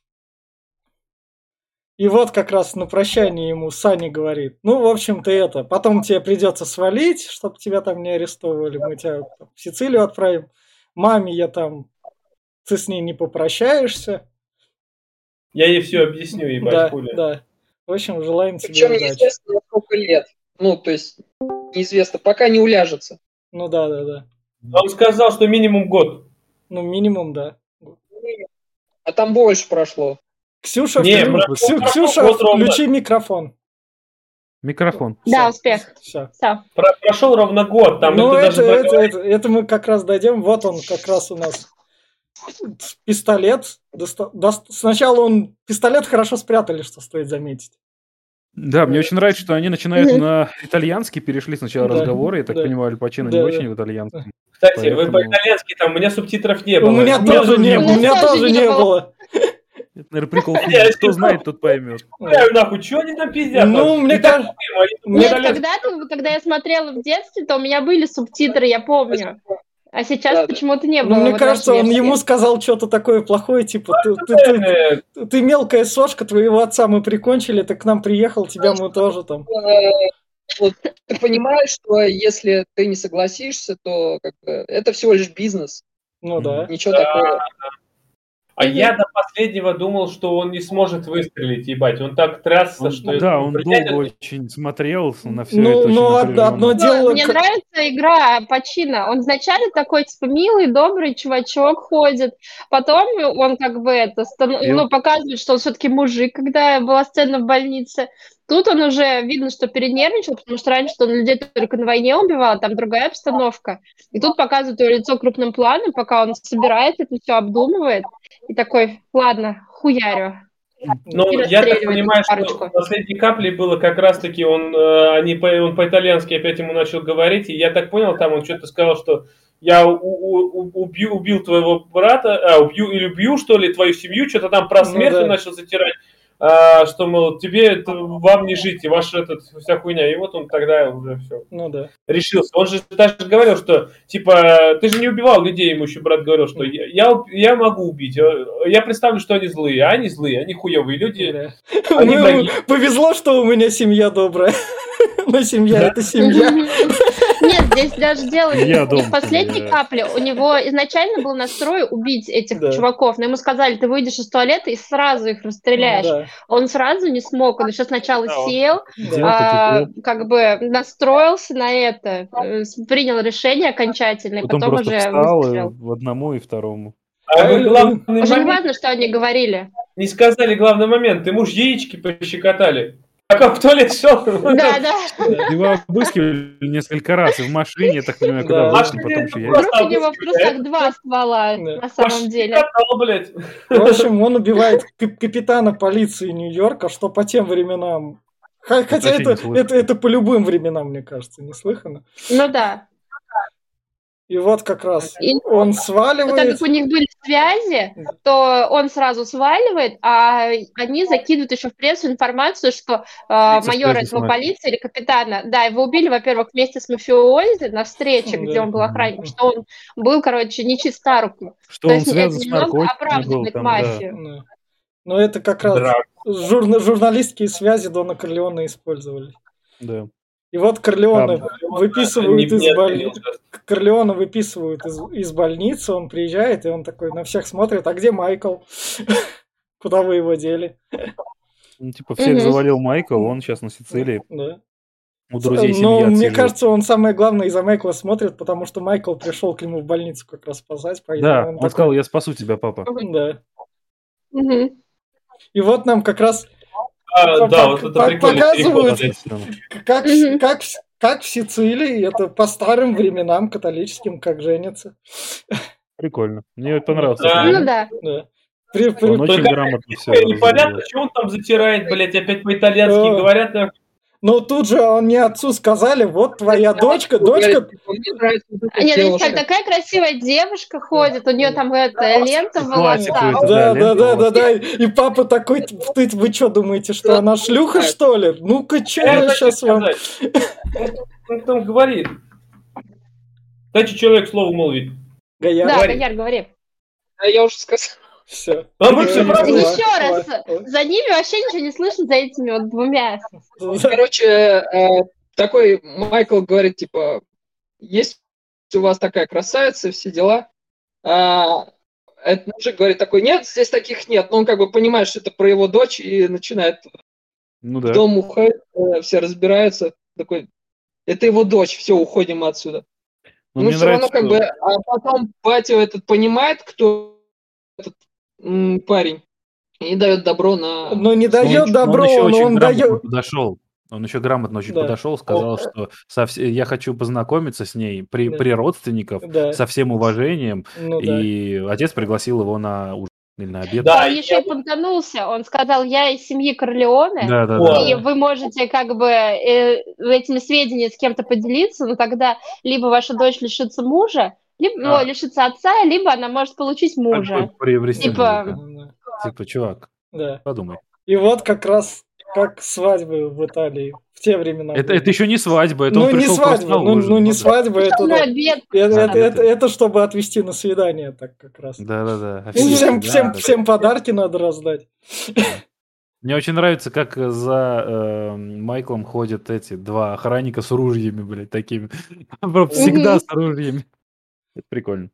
И вот как раз на прощание ему Санни говорит, ну, в общем-то, потом тебе придется свалить, чтобы тебя там не арестовывали, мы тебя в Сицилию отправим. Маме ты с ней не попрощаешься. Я ей все объясню, ебать, хули. Да. В общем, желаем тебе удачи. Причем неизвестно, сколько лет. То есть, неизвестно, пока не уляжется. Ну, да. Он сказал, что минимум год. Ну, минимум, да. А там больше прошло. Ксюша, включи микрофон. Микрофон. Да, успех. Все. Все. Прошел ровно год, там Ну, это даже это мы как раз дойдем. Вот он как раз у нас пистолет. Сначала он пистолет хорошо спрятали, что стоит заметить. Да, мне очень нравится, что они начинают на итальянский, перешли сначала Да, разговоры, я так да. понимаю, Аль Пачино Да, не да. очень в итальянском. Кстати, вы Поэтому- по-итальянски там, у меня субтитров не было. У меня тоже не было. было. У меня тоже не было. Это, наверное, прикол фильма. Кто знает, тот поймет. Бля, нахуй, что они там пиздят? Ну, мне И так кажется, фильм, они там Мне Нет, когда я смотрела в детстве, то у меня были субтитры, я помню. А сейчас Да. почему-то не было. ну, мне вот кажется, нашей он версии. ему сказал что-то такое плохое, типа, э, ты мелкая сошка, твоего отца мы прикончили, ты к нам приехал, тебя мы тоже там. Вот ты понимаешь, что если ты не согласишься, то как бы, это всего лишь бизнес, Ну да. ничего такого. А я до последнего думал, что он не сможет выстрелить, ебать. Он так трясся, что... Да, он Блядь, долго очень смотрел на все Ну, это. очень ну, напряженно. одно дело... Мне нравится игра Пачино. Он вначале такой, типа, милый, добрый чувачок ходит. Потом он как бы показывает, что он все-таки мужик, когда была сцена в больнице. Тут он уже видно, что перенервничал, потому что раньше он людей только на войне убивал, там другая обстановка. И тут показывают его лицо крупным планом, пока он собирает это все, обдумывает. И такой, ладно, хуярю. Ну, И я так расстреливает понимаю, что парочку. последней каплей было как раз-таки он по-итальянски опять ему начал говорить, и я так понял, там он что-то сказал, что я убил твоего брата, убью, что ли, твою семью, что-то там про смерть да. он начал затирать, что, мол, вам не жить, и вся хуйня, и вот он тогда уже все Ну да. решился. Он же даже говорил, что, типа, ты же не убивал людей, ему еще брат говорил, что я могу убить, я представлю, что они злые, а они злые, они хуевые люди. Да. Они враги. Повезло, что у меня семья добрая. Но семья это семья. Нет, здесь даже дело Я не дома, в последней я- капле. У него изначально был настрой убить этих Да. чуваков, но ему сказали, ты выйдешь из туалета и сразу их расстреляешь. Да. Он сразу не смог, он еще сначала Да, он сел, Делал потеплее. как бы настроился на это, принял решение окончательное, и Потом потом просто уже встал выстрелил. в одному и второму. А вы главный Уже не момент важно, что они говорили. не сказали главный момент. Ему ж яички пощекотали. Пока в туалет шел. Да, да. Его обыскивали несколько раз и в машине, я так понимаю, когда Да. вышли, Машине потом это еще просто- Вдруг у него в трусах 2 ствола Да. на самом деле. Пощекотал, блядь. В общем, он убивает капитана полиции Нью-Йорка, что по тем временам... Хотя вообще не слыхано. это по любым временам, мне кажется, неслыханно. Ну да. И вот как раз И- он Ну, так сваливает. как у них были связи, то он сразу сваливает, а они закидывают еще в прессу информацию, что майора связи с этого мафией. полиции или капитана, да, его убили, во-первых, вместе с мафиози на встрече, где Да. он был охранником, что он был, короче, нечист на руку. Что То он есть это связан с немного наркотиками был оправдывает там, да. мафию. Да. Но это как раз Драк. журналистские связи Дона Корлеона использовали. Да. И вот Корлеона Да. выписывают Не из больницы. отменился. Корлеона выписывают из больницы, он приезжает, и он такой на всех смотрит, а где Майкл? Куда вы его дели? Ну, типа, всех Мгм. завалил Майкл, он сейчас на Сицилии, Да. у друзей семьи Но мне отсиживает. кажется, он самое главное из-за Майкла смотрит, потому что Майкл пришел к нему в больницу как раз спасать. Поэтому Да, он такой, сказал, я спасу тебя, папа. Да. Мгм. И вот нам как раз Да, вот это прикольный показывают, переход. как, Мгм. как в Сицилии, это по старым временам католическим, как женятся. Прикольно. Мне понравился. Да. этот Ну момент. да. Да. Он очень Только грамотно все Непонятно, что он там затирает, блядь, опять по-итальянски О. говорят. нахуй. Но тут же они отцу сказали, вот твоя дочка, Говорит, типа, мне нравится вот эта Нет, девушка. как такая красивая девушка ходит, у нее там эта лента в Классику волосах. эту. Да, Да, да, лента да, да, да. И папа такой, вы что думаете, что она шлюха, что ли? Ну-ка, что я Дайте сейчас вам... сказать. Он там говорит. Дайте человек слово молвить. Гаяр, Да, Говори. Гаяр, говори. А я уже сказал. все. А вы все правы. Еще раз, за ними вообще ничего не слышно, за этими вот двумя. Короче, такой Майкл говорит, типа, есть у вас такая красавица, все дела. Этот мужик говорит такой, нет, здесь таких нет. Но он как бы понимает, что это про его дочь, и начинает Ну в да. дом уходить, все разбираются. Такой, это его дочь, все, уходим отсюда. Но Ну, мне все равно нравится, как что- бы, а потом батя этот понимает, кто этот парень, и дает добро на... Но не Но он- дает но добро, он еще но очень он грамотно дает... подошел. Он еще грамотно очень Да. подошел, сказал, что я хочу познакомиться с ней при Да. родственников Да. со всем уважением. Ну да. И отец пригласил его на ужин или на обед. Да, Он еще и понтанулся. Он сказал, я из семьи Корлеоне, Да, да, Вот. и да. вы можете как бы этими сведениями с кем-то поделиться, но тогда либо ваша дочь лишится мужа, либо лишится отца, либо она может получить мужа. Приобрести Типа- мужика. Типа, чувак, Да. подумай. И вот как раз как свадьбы в Италии в те времена. Это были. еще не свадьба, это Ну он не пришел просто свадьба, на ну ужин. не да. свадьба, это На да. обед. Это чтобы отвезти на свидание так как раз. Да-да-да. Всем, офигенно, всем, да. всем подарки надо раздать. Мне очень нравится, как за Майклом ходят эти два охранника с ружьями, блядь, такими. Всегда с ружьями. Это прикольно.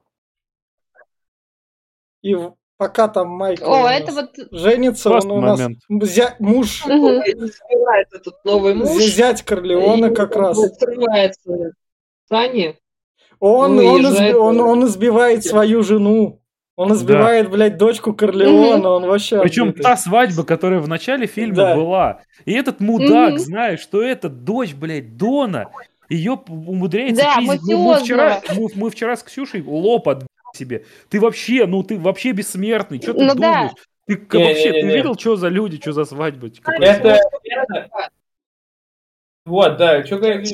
И пока там Майкл О, у это нас вот... женится, Классный он у нас момент. муж, Мгм. Избирает этот новый муж. зять Корлеоне и как раз. Срывается Сани. Он уезжает, избивает свою жену. Он избивает, блядь, дочку Корлеона. Он вообще... Причем отбитый. та свадьба, которая в начале фильма Да. была. И этот мудак Мгм. знает, что это дочь, блядь, Дона. Ее умудряется Да, пиздить. Мы вчера с Ксюшей лоб отбили себе. Ты вообще бессмертный. Что ты Ну да. думаешь? Ты вообще, ты Не-не-не. видел, что за люди, что за свадьба? Какой Это... Вот, да, что говорить?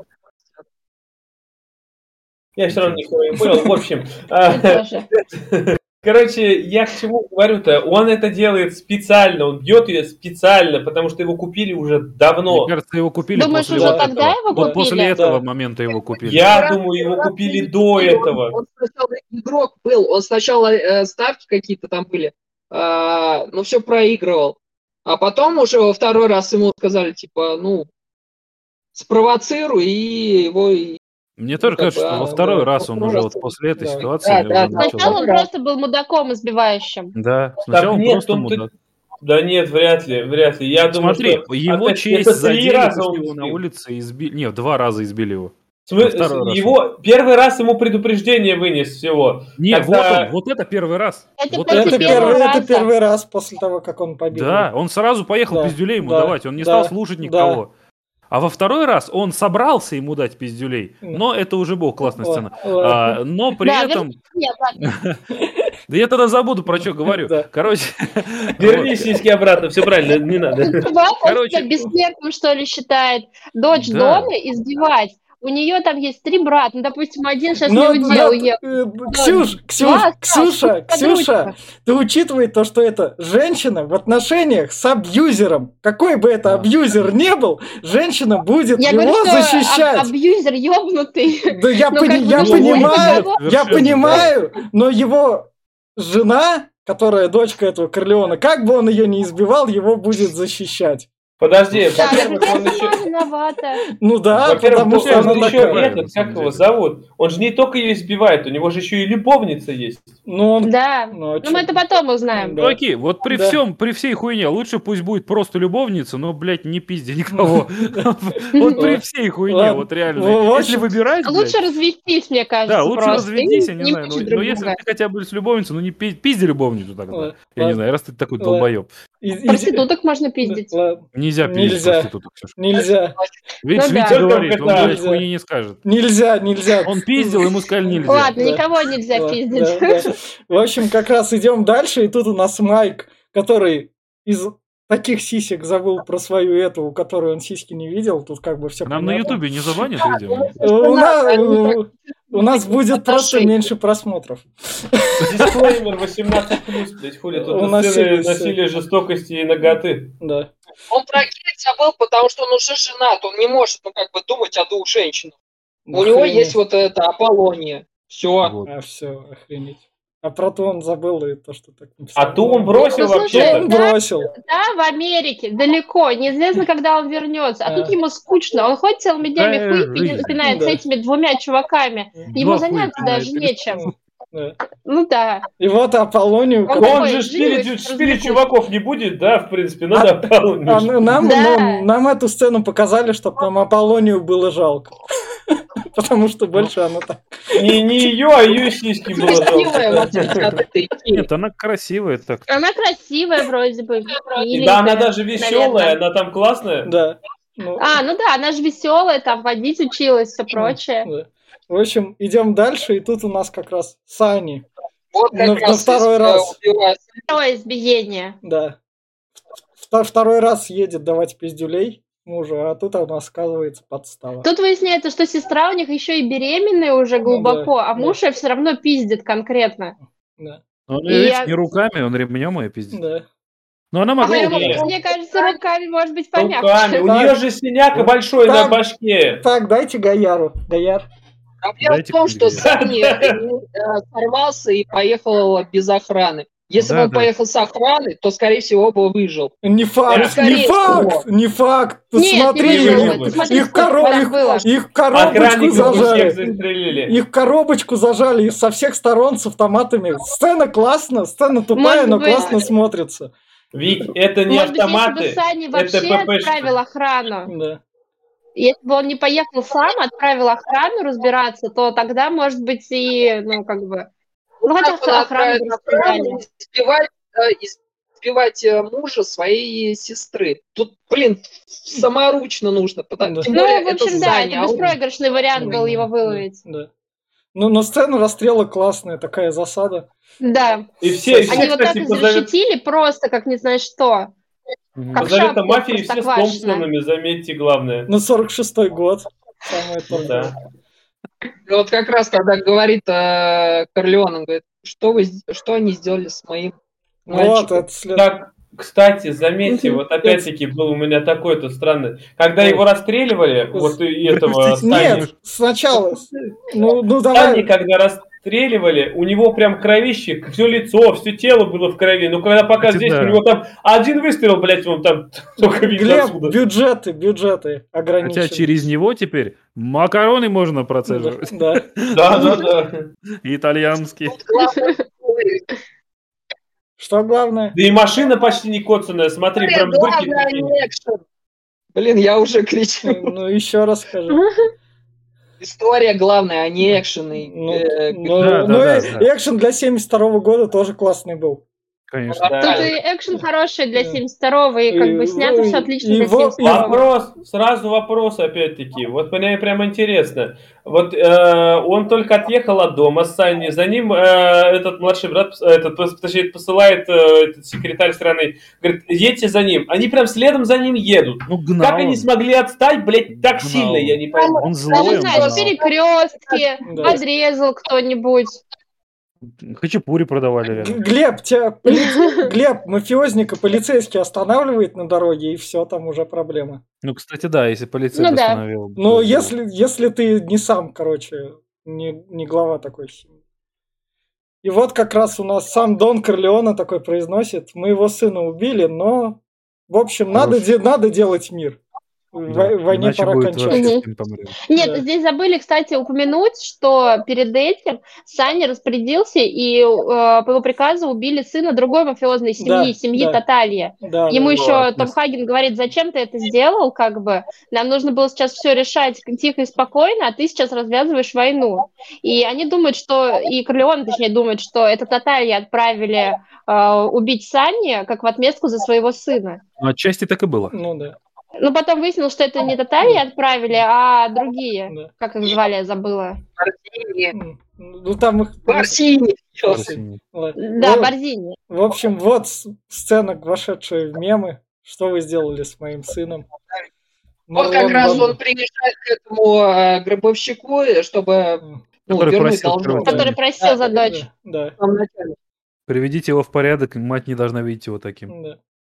Я все равно нихуя не понял. В общем, Я тоже. короче, я к чему говорю-то? Он это делает специально, он бьет ее специально, потому что его купили уже давно. Мне кажется, его купили Думаешь, после уже вот тогда этого. его Вот после купили? этого Да. момента его купили. Я думаю, его купили до этого. Он сначала игрок был, он сначала ставки какие-то там были, но все проигрывал. А потом уже во второй раз ему сказали, типа, спровоцируй, и его... Мне тоже как кажется, бы, что во да, второй да. раз он Во уже второй вот раз после этой да. ситуации Да, уже да, да. начал. Сначала он просто был мудаком избивающим. Да, сначала он нет, просто он мудак. Да нет, вряд ли. Я думаю, Смотри, что... его опять, честь это 3 задели, раза что он его на избил. улице избили. Нет, 2 раза избили его. второй раз Его первый раз ему предупреждение вынес всего. Не, Когда- вот это первый раз. Это Вот после Это первого раза. первый раз после того, как он побил. Да, он сразу поехал Да, пиздюлей ему да, давать, он не да, стал слушать никого. А во второй раз он собрался ему дать пиздюлей, но это уже был классная сцена. Ладно. Но при Да, этом... Нет, ладно. Да я тогда забуду, про что говорю. Да. Короче... Верни сиськи обратно, все правильно, не надо. Чувак, он Короче, себя бессмертным, что ли, считает. Дочь Да. Доны избивать. У нее там есть 3 брата. Ну, допустим, один сейчас Ну, не удел уехал. Ксюша, подружка. ты учитывай то, что это женщина в отношениях с абьюзером. Какой бы это абьюзер не был, женщина будет Я его говорю, что защищать. абьюзер ёбнутый. Да я Ну, как бы, понимаю, нет, я совершенно, понимаю, но его жена, которая дочка этого Корлеона, как бы он ее не избивал, его будет защищать. Подожди, Да, во-первых, он еще... я виновата. Ну да, Во-первых, потому что он она еще такая. этот, как его зовут? Он же не только ее избивает, у него же еще и любовница есть. Ну, он... Да. Ну, а Ну, чё? мы это потом узнаем. Да. Чуваки, вот при Да. при всей хуйне, лучше пусть будет просто любовница, но, блядь, не пизди никого. Вот при всей хуйне, Ладно. вот реально. В Если общем, выбирать, блядь, Лучше развестись, мне кажется, да, лучше просто. разведись, я И не знаю. мучай Но друг если друга. ты хотя бы с любовницей, ну не пизди любовницу тогда. Ладно, Я не ладно. знаю, раз ты такой Ладно. долбоеб. Проституток можно пиздить. Ладно. Нельзя пиздить Нельзя. проституток, Ксюша. Нельзя, Видишь, Ну да. Витя говорит, он, Нельзя. блядь, хуйни не скажет. нельзя. Он пиздил, ему сказали нельзя. Ладно, Да. никого нельзя Да, пиздить. да, да. В общем, как раз идем дальше, и тут у нас Майк, который из таких сисек забыл про свою эту, у которой он сиськи не видел. Тут как бы все Нам на Ютубе не забанят видео? У нас будет просто меньше просмотров. Дисклеймер 18+, блядь, хули тут У нас сцены есть, насилия, жестокости и наготы. Да. Он про Гелик забыл, потому что он уже женат, он не может, думать о двух женщинах. У него есть вот это Аполлония. Все. Вот. А все, охренеть. А про то он забыл и то, что так написал. А ту он бросил Ну, слушай, вообще-то. Он бросил. Да, в Америке, далеко, неизвестно, когда он вернется. А тут ему скучно, он ходит целыми днями Какая хуй жизнь. пинает с Да. этими 2 чуваками. Ему Два заняться хуя даже пинает. нечем. Да. Ну да. И вот Аполлонию, Он который- Он такой, же живет, шпилить развлекусь. чуваков не будет, да, в принципе, ну да, А нам, Да. нам эту сцену показали, чтобы нам Аполлонию было жалко. Потому что больше она так. Не ее, а ее сиськи было Красивая, в жалко. отличие от этой Кири. Нет, она красивая так. Она красивая вроде бы. И да, она миленькая, даже веселая, наверное. она там классная. Да. Ну, Ну да, она же веселая, там водить училась, все прочее. да. В общем, идем дальше, и тут у нас как раз Сани. Вот как На раз второй раз. убивает. Второе избиение. Да. Второй раз едет давать пиздюлей мужу, а тут у нас оказывается подстава. Тут выясняется, что сестра у них еще и беременная уже глубоко, да, а муж ее все равно пиздит конкретно. Да. Он, И видишь, я- не руками, он ремнем ее пиздит. Да. Но она могла Нет. убить. Мне кажется, руками может быть Руками. помягче. У нее же синяк большой на Так. башке. Так, дайте Гаяру. Гаяр. Проблема в Дайте том, что пиздюлей. Сани сорвался и поехал без охраны. Если бы он Да. поехал с охраной, то, скорее всего, бы выжил. Не факт, Да. не Скорее факт, всего. не факт. Ты Нет, смотри, не выжил бы. бы. Ты смотри, их, сколько раз было. их коробочку Охранников всех зажали. застрелили. Их коробочку зажали со всех сторон с автоматами. Сцена классная, сцена тупая, Может но быть. классно смотрится. Вик, это не Может быть, если бы автоматы. Сани вообще ППшки. отправил охрану, Да. если бы он не поехал сам, отправил охрану разбираться, то тогда, может быть, и, ну, как бы... Ну, хотя Как он охрану отправит расстреляли. охрану избивать мужа своей сестры. Тут, блин, саморучно нужно. Да. Тем Ну, более, в общем, это да, Саня, это а он- беспроигрышный вариант был его выловить. Да. Ну, но сцена расстрела классная, такая засада. Да. И все, Они вот так кстати, позовет изрешетили просто, как не знаешь что. Как Позовет шапку мафии все с Простоквашино. Томпсонами, заметьте, главное. Ну, 46-й год. Самое то. Ну да. И вот как раз, когда говорит Корлеон, он говорит, что они сделали с моим Вот, мальчиком? это след... Так, кстати, заметьте, вот опять-таки был у меня такой-то странный. Когда Ой. его расстреливали, вот и этого Простите, Сани, Нет, сначала. Ну Сани, давай. когда расстреливали, у него прям кровище, все лицо, все тело было в крови. Но когда пока Кстати, здесь, да. у него там один выстрел, блядь, он там только видно Глеб, отсюда. бюджеты ограничены. Хотя через него теперь макароны можно процеживать. Да. Да. Итальянские. Тут главное, Что главное? Да и машина почти не коцаная, смотри, прям дырки главное такие. не экшен. Блин, я уже кричу. Ну, еще раз скажи. История главная, а не экшен. Экшен для 72-го года тоже классный был. Конечно. Да. Тут и экшен хороший для 72-го, и как бы снято все отлично и для вот- 72-го. Сразу вопрос опять-таки. Вот мне прям интересно. Вот он только отъехал от дома с Саней, за ним этот младший брат, точнее, посылает этот секретарь страны, говорит, едьте за ним. Они прям следом за ним едут. Ну, гнал Как они он. смогли отстать, блядь, так Гнал сильно, он. я не пойму. Он Ну, злой, не он знаю, в гнал. перекрестке, Да. подрезал кто-нибудь. Хачапури продавали рядом. Глеб, мафиозника полицейский останавливает на дороге, и все, там уже проблема. Ну, кстати, да, если полиция Ну да. остановила. бы, Но то если ты не сам, короче, не глава такой семьи. И вот как раз у нас сам Дон Корлеоне такой произносит, мы его сына убили, но, в общем, надо делать мир. да. Войне Иначе пора будет кончать. вообще всем помрем. Нет, Да. здесь забыли, кстати, упомянуть, что перед этим Саня распорядился, и по его приказу убили сына другой мафиозной семьи, семьи да. Таталья. Да, Ему да. еще Вот, Том Хаген говорит, зачем ты это сделал, как бы, нам нужно было сейчас все решать тихо и спокойно, а ты сейчас развязываешь войну. И они думают, что, и Корлеоне, точнее, думает, что это Таталья отправили убить Сани, как в отместку за своего сына. Ну, отчасти так и было. Ну да. Но потом выяснилось, что это не Таталья отправили, а другие. Да. Как их звали, я забыла. Барсини. Ну там их... Барсини. Осенью. Ладно. Да, Ну, Борзини. В общем, вот сцена, вошедшая в мемы. Что вы сделали с моим сыном? Вот как раз он приезжает к этому гробовщику, чтобы Который вернуть просил должок. открыть. Который просил за дочь. Да, В самом начале. Приведите его в порядок, мать не должна видеть его таким. да.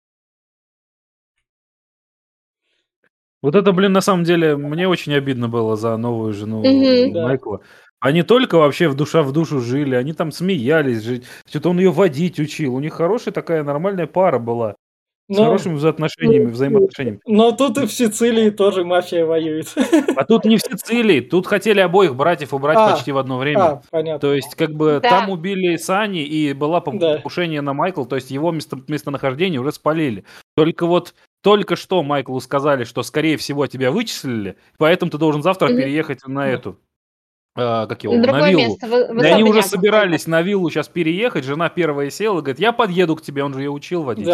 Вот это, блин, на самом деле, мне очень обидно было за новую жену Мгм. Да. Майкла. Они только вообще душа в душу жили, они там смеялись, что-то он ее водить учил. У них хорошая такая нормальная пара была. С Но, хорошими взаимоотношениями. но тут и в Сицилии тоже мафия воюет. А тут не в Сицилии, тут хотели обоих братьев убрать А, почти в одно время. Понятно. То есть, как бы, Да. там убили Сани, и было Да. покушение на Майкла, то есть его местонахождение уже спалили. Только что Майклу сказали, что, скорее всего, тебя вычислили, поэтому ты должен завтра Мгм. переехать на эту, как его, на Другое виллу. место. И они уже собирались на виллу сейчас переехать, жена первая села, говорит, я подъеду к тебе, он же ее учил водить. Да.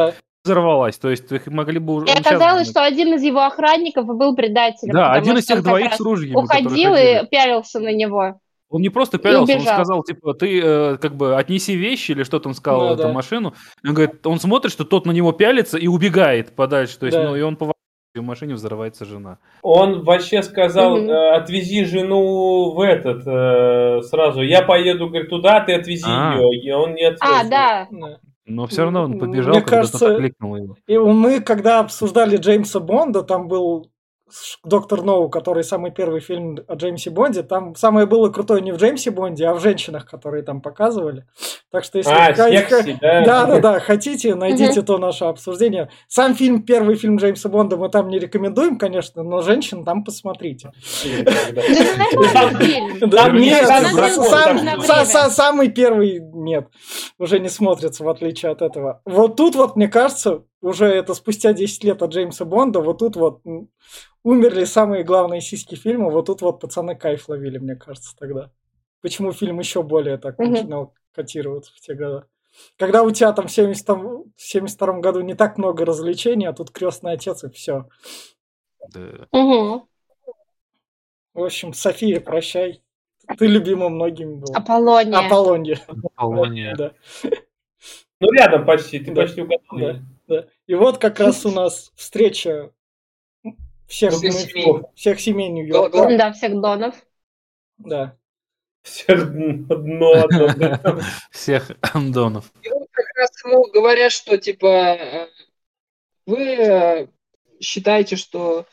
взорвалась. То есть их могли бы уже... И оказалось, что один из его охранников был предателем, Да, потому один из что он тех как двоих раз с ружьями, которые уходил ходили. и пялился на него Он не просто и пялился, он убежал. сказал, типа, ты как бы отнеси вещи, или что-то он сказал Ну эту да, машину. Он говорит, он смотрит, что тот на него пялится и убегает подальше. То есть, ну, да. и он поворачивается, и в машине взрывается жена. Он вообще сказал, Мгм. отвези жену в этот, сразу. Я поеду, говорит, туда, ты отвези А, ее. И он не отвез ее. Да. Да. но все равно он побежал, Мне когда кто-то кажется, кликнул его. и мы, когда обсуждали Джеймса Бонда, там был Доктор Ноу, который самый первый фильм о Джеймсе Бонде. Там самое было крутое не в Джеймсе Бонде, а в женщинах, которые там показывали. Так что если секси, да? да, хотите, найдите то наше обсуждение. Сам фильм, первый фильм Джеймса Бонда мы там не рекомендуем, конечно, но женщин там посмотрите. Нормальный фильм. Да, Там нет, есть дракон, там самый первый нет, уже не смотрится, в отличие от этого. Вот тут вот, мне кажется, уже это спустя 10 лет от Джеймса Бонда, вот тут вот умерли самые главные сиськи фильма, вот тут вот пацаны кайф ловили, мне кажется, тогда. Почему фильм еще более так начинал котироваться в те годы. Когда у тебя там в 72 году не так много развлечений, а тут крестный отец и все. Да. Мгм. В общем, София, прощай. Ты любима многими была. Аполлония. Аполлония. Да, Ну, рядом почти, ты Да. почти угадал. да, да. И вот как раз у нас встреча всех семей Нью-Йорка. Да, всех Донов. Да. Всех дно одно. Всех Андонов. И вот как раз ему говорят, что типа вы считаете, что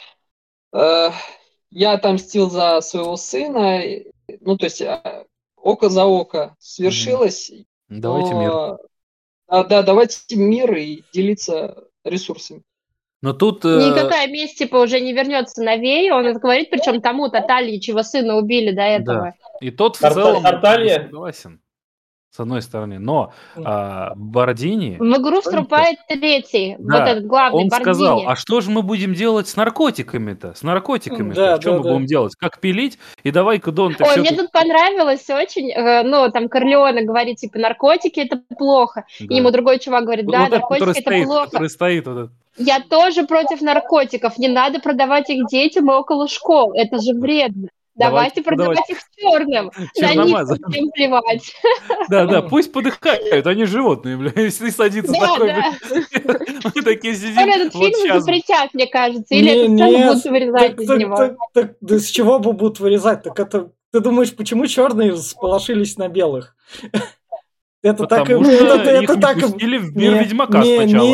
я отомстил за своего сына, ну то есть око за око свершилось. Давайте мир. Да, давайте мир и делиться ресурсами. Но тут... Никакая месть, типа, уже не вернется на Вей. Он это говорит, причем тому-то Талии, чьего сына убили до этого. И тот в целом Тарталья? согласен, с одной стороны. Но Бардини... В игру вступает третий, Да, вот этот главный он сказал, Бардини. а что же мы будем делать с наркотиками-то? С наркотиками-то? Да, Что мы да. будем делать? Как пилить? И давай-ка, Дон, ты Ой, все мне тут понравилось очень, ну, там Корлеоне говорит, типа, наркотики это плохо. И ему другой чувак говорит, да, вот этот, наркотики это плохо. который стоит, вот этот. Я тоже против наркотиков, не надо продавать их детям и около школ, это же вредно. Давайте продавать их черным, на них Черномазым. всем плевать. Да, пусть подыхают, они животные, бля, если садится Да, такой, да. мы такие сидим, Или этот вот фильм сейчас. запретят, мне кажется, или эту сцену будут вырезать из него. Да с чего бы будут вырезать? Так это ты думаешь, почему черные сполошились на белых? Это так и... Потому что их Это не так и... пустили в мир Ведьмака сначала.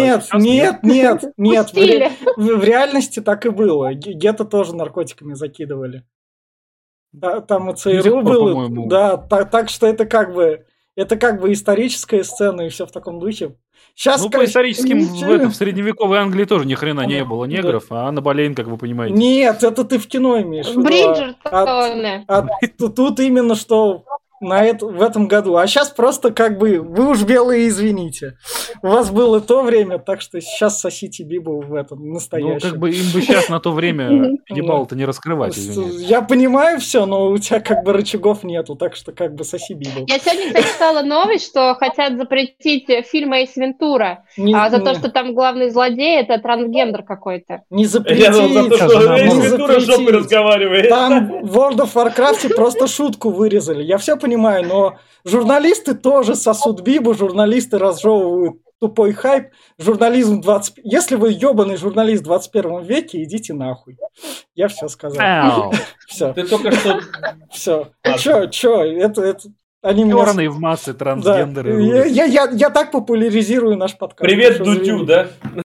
Нет. Пустили. В реальности так и было. Гетто тоже наркотиками закидывали. Там и До сих ЦРУ пор, было. по-моему. Да, так что это как бы историческая сцена и все в таком духе. Сейчас, Ну, по историческим, в средневековой Англии тоже ни хрена не было негров, а Анна Болейн, как вы понимаете. Нет, это ты в кино имеешь в виду. Бриджертоны. Тут именно что в этом году. А сейчас просто как бы вы уж белые извините. У вас было то время, так что сейчас сосите Бибу в этом настоящем. Ну, как бы им бы сейчас на то время ебало-то не раскрывать, извините. Я понимаю все, но у тебя как бы рычагов нету, так что как бы соси Бибу. Я сегодня, кстати, читала новость, что хотят запретить фильм Эйс Вентура за то, что там главный злодей это трансгендер какой-то. Не запретить. Я думал, за то, что Эйс Вентура с жопой разговаривает. Там в World of Warcraft просто шутку вырезали. Я все понимаю, но журналисты тоже сосут Бибу, журналисты разжевывают тупой хайп. Журнализм 20... Если вы ебаный журналист в 21 веке, идите нахуй. Я все сказал. Все. Ты только что... Все. Чё? Это... Они Черные в массы, трансгендеры. Я так популяризирую наш подкаст. Привет, Дудю, да?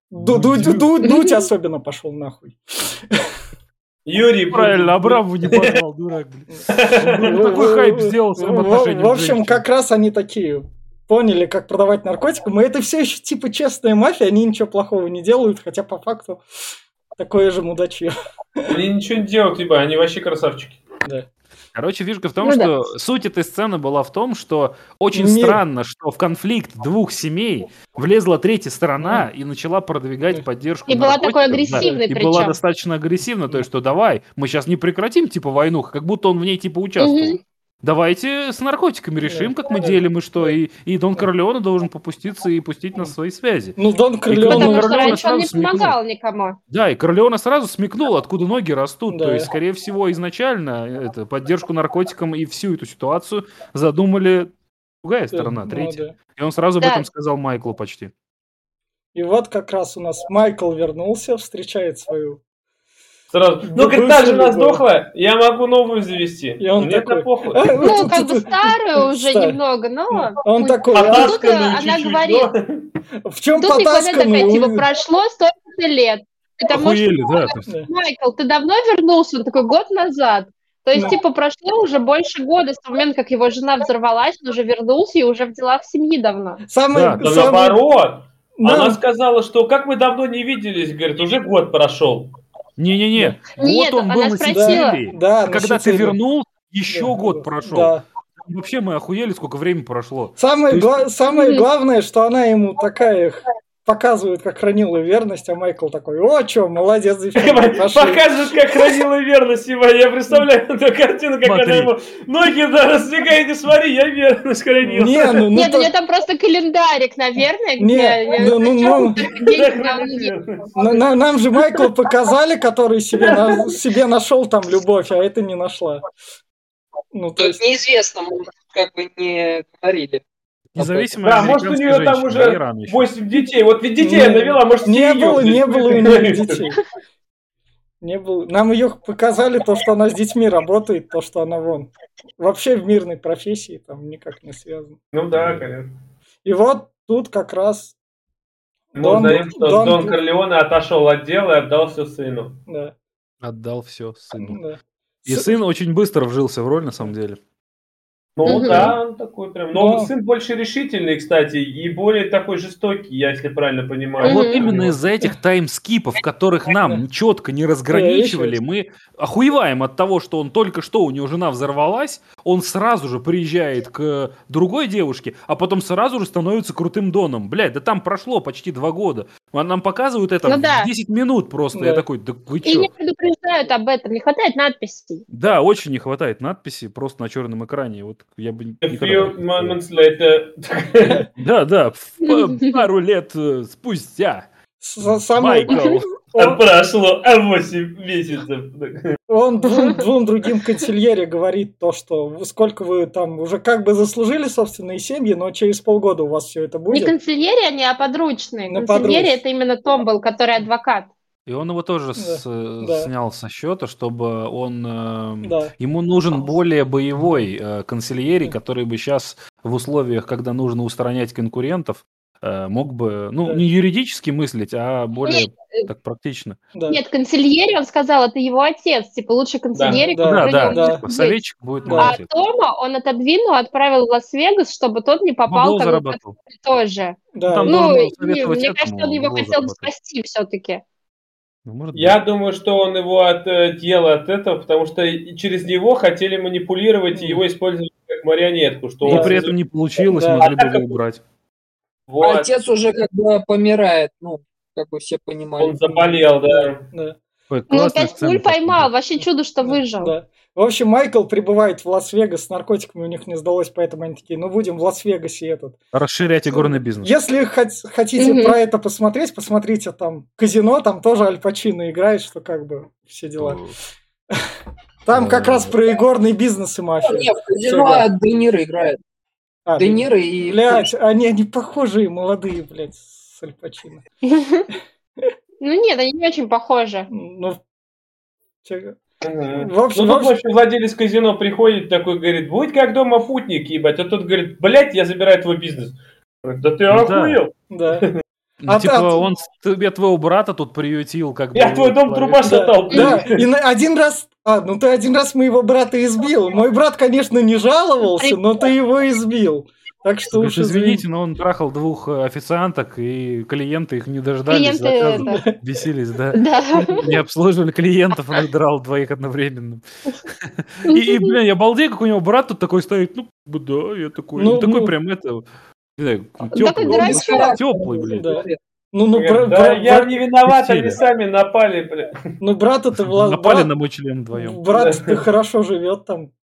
Дудь особенно пошел нахуй. Юрий. Правильно, Абрамову не позвал, дурак. Такой хайп сделал своим отношением. В общем, как раз они такие поняли, как продавать наркотики. Мы это все еще типа честная мафия, они ничего плохого не делают, хотя по факту такое же мудачье. Они ничего не делают, ибо они вообще красавчики. Да. Короче, фишка в том, что суть этой сцены была в том, что очень странно, что в конфликт двух семей влезла третья сторона и начала продвигать поддержку и была такой агрессивной, и была достаточно агрессивна, то есть, что давай, мы сейчас не прекратим, типа, войну, как будто он в ней, типа, участвовал. давайте с наркотиками решим, как мы делим и что. И Дон Корлеоне должен попуститься и пустить нас в свои связи. Ну, Дон Корлеоне- Потому что Корлеоне раньше он не сразу смекнул. помогал никому. Да, и Корлеоне сразу смекнул, откуда ноги растут. Да. То есть, скорее всего, изначально поддержку наркотикам и всю эту ситуацию задумали другая сторона, Ну, третья. да. И он сразу об Да. этом сказал Майклу почти. И вот как раз у нас Майкл вернулся, встречает свою. Сразу. Ну, говорит, Бывший та жена любовь. сдохла, я могу новую завести. И он Мне такой, это похуй. Ну, как бы старую уже Старый. немного, но... Он пусть. такой, А тут Потасканную она чуть-чуть, говорит, но- в чем тут Николай такая, потасканный? типа, прошло столько лет. Потому что, Охуели, да. то есть. Да. Майкл, ты давно вернулся? Он такой, год назад. То есть, Да. типа, прошло уже больше года с того момента, как его жена взорвалась, он уже вернулся и уже в делах семьи давно. Самый, Да самый- наоборот. Да. Она сказала, что как мы давно не виделись, говорит, уже год прошел. Не-не-не, Нет, год он она был на спросила. Сицилии. Да, А на когда ты Сицилии. вернул, еще Да. год прошел. Да. Вообще мы охуели, сколько времени прошло. Самое, То есть- самое Мгм. главное, что она ему такая показывает, как хранила верность, а Майкл такой, о, чё, молодец, девчонка, пошли. Показывает, как хранила верность его. Я представляю эту картину, как Смотри. она ему ноги раздвигает, и смотри, я верность хранил. Не, ну, Нет, то- у нее там просто календарик, наверное, Не, где... ну, деньги давно нет. нам же Майкл показали, который себе нашел там любовь, а это не нашла. Ну, то есть, Неизвестно, мы как бы не говорили. Независимая Да, может, у американская нее там женщина, уже Иран еще. 8 детей. Вот ведь детей Не- она навела, может, не её, было, блин. не было у нее детей. Не было. Нам ее показали, то, что она с детьми работает, то, что она вон. Вообще в мирной профессии там никак не связано. Ну да, конечно. И вот тут как раз, Мы Дон- узнаем, что Дон- Дон Корлеоне отошел от дела и отдал все сыну. да, Отдал все сыну. да. И сын очень быстро вжился в роль, на самом деле. Ну Мгм. да, он такой прям. Но Но- сын больше решительный, кстати, и более такой жестокий, я если правильно понимаю. А вот Мгм. именно из-за этих таймскипов, которых нам четко не разграничивали, мы охуеваем от того, что он только что, у него жена взорвалась, он сразу же приезжает к другой девушке, а потом сразу же становится крутым Доном. Блядь, да там прошло почти 2 года. Нам показывают это Ну в да. 10 минут просто. Да. Я такой, да вы И чё? не предупреждают об этом, не хватает надписей. Да, очень не хватает надписи просто на черном экране. Вот я бы A никогда few так не сделал. moments later. Да, пару лет спустя. Самое... Майкл. Прошло 8 месяцев. Он двум другим консильере говорит то, что сколько вы там уже как бы заслужили собственные семьи, но через полгода у вас все это Не будет. консильерия, не, а подручные. На Консильерия подручные. это именно Том был, который адвокат. И он его тоже Да. снял со счета, чтобы он... Да. Ему нужен более боевой консильерий, который бы сейчас в условиях, когда нужно устранять конкурентов, мог бы, ну, Да. не юридически мыслить, а более так практично. Да. Нет, консильерия, он сказал, это его отец. Типа лучше консильерия, Да, который Да, не да, может типа, быть. советчик будет Да. А молодец. Тома он отодвинул, отправил в Лас-Вегас, чтобы тот не попал Бабло к зарабатывал. тоже. Да. Там Ну, должен и советовать мне этому кажется, он его бабло хотел зарабатывать. спасти все-таки. Ну, может быть. Я думаю, что он его отделал от этого, потому что и через него хотели манипулировать и его использовать как марионетку. Что И он при этом не получилось, Да. могли бы его убрать. вот, Отец уже как бы помирает, ну, как бы все понимали. он заболел, да. Да. Ой, Ну, классная 5 сцена пуль просто. поймал, вообще чудо, что выжил. Да. В общем, Майкл прибывает в Лас-Вегас с наркотиками, у них не сдалось, поэтому они такие, ну будем в Лас-Вегасе этот. Расширять игорный бизнес. Если хотите Мгм. про это посмотреть, посмотрите там казино, там тоже Аль Пачино играет, что как бы все дела. Там как раз про игорный бизнес и мафию. Не, в казино Всё, Де Ниро играет. А, Де Ниро и... Блядь, они похожие, молодые, блядь, с Аль Пачино. Ну нет, они не очень похожи. Ну, чё- Мгм. В общем, Ну, тут, в общем, владелец казино приходит такой, говорит, будь как дома путник, ебать. А тот говорит, блядь, я забираю твой бизнес. Говорит, да ты Да. охуел? да. Ну, А типа, ты- он тебе твоего брата тут приютил, как бы. Я твой дом труба шатал. Да, и один раз... ну ты один раз моего брата избил. Мой брат, конечно, не жаловался, но ты его избил. Так что Говорит, уж извините, но он трахал 2 официанток, и клиенты их не дождались. Клиенты заказа. Бесились, да. Да. Не обслуживали клиентов, он драл 2 одновременно. И, бля, я балдею, как у него брат тут такой стоит, ну, как бы да, я такой, Ну, ну, такой ну. прям это, не знаю, Такой дурачок. теплый, блядь. Да. Ну, Да, я не виноват, они Пустили. сами напали, бля. ну брат-то Напали на мой член вдвоем. брат-то хорошо живет там.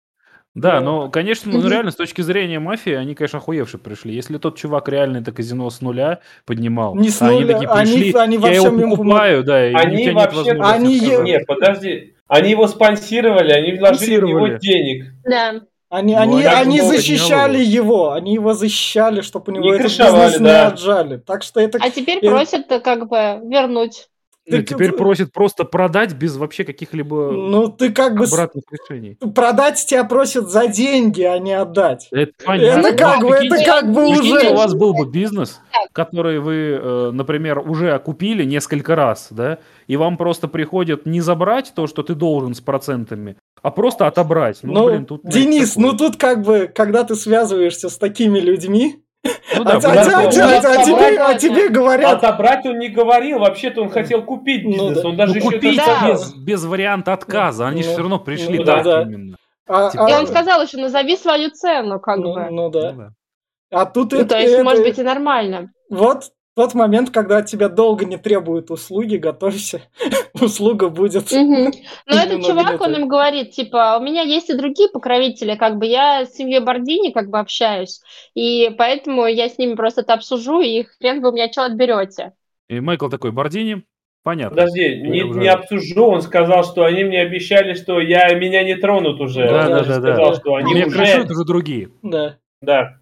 Да, Да. но, конечно, ну реально, с точки зрения мафии, они, конечно, охуевшие пришли. Если тот чувак реально это казино с нуля поднимал, Не с а они нуля, такие пришли, они во я его всем ему покупаю, да, и у Они тебя нет вообще... возможности Они отказаться. Не, подожди. Они его спонсировали, они вложили в него Спонсировали. денег. Да. Они, Ну, они, они они же поднял защищали его. его, они его защищали, чтобы у него Не этот крышевали, бизнес не да. отжали. Так что это... А теперь это- просят как бы вернуть. Ну, ты- теперь просит просто продать без вообще каких-либо Ну, ты как бы... обратных решений. Продать тебя просят за деньги, а не отдать. Это понятно. Это как Ну, бы, это прикиньте, как бы прикиньте, уже... у вас был бы бизнес, который вы, например, уже окупили несколько раз, да, и вам просто приходит не забрать то, что ты должен с процентами, а просто отобрать. Ну, Ну, блин, тут... знаете, Денис, такое. ну тут как бы, когда ты связываешься с такими людьми, Ну да, а понятно. тебе говорят... Отобрать он не говорил, вообще-то он хотел купить Ну бизнес. да. Он даже Ну, еще купить это сказал. без варианта отказа. Они же Ну, все равно пришли ну так да. именно. А- Типа, И он сказал еще, назови свою цену, как Ну, бы. ну ну да. да. А тут Ну, то есть, может быть, и нормально. Вот тот момент, когда от тебя долго не требуют услуги, готовься, услуга будет. Мгм. Но этот Немного чувак, не он так. им говорит, типа, у меня есть и другие покровители, как бы я с семьей Бордини как бы общаюсь, и поэтому я с ними просто это обсужу, и хрен вы у меня что отберете. И Майкл такой, Бордини, понятно. Подожди, Я не уже- обсужу, он сказал, что они мне обещали, что меня не тронут уже. Да, Он да, даже да, да. сказал, что они Меня уже... крышуют уже другие. Да. Да.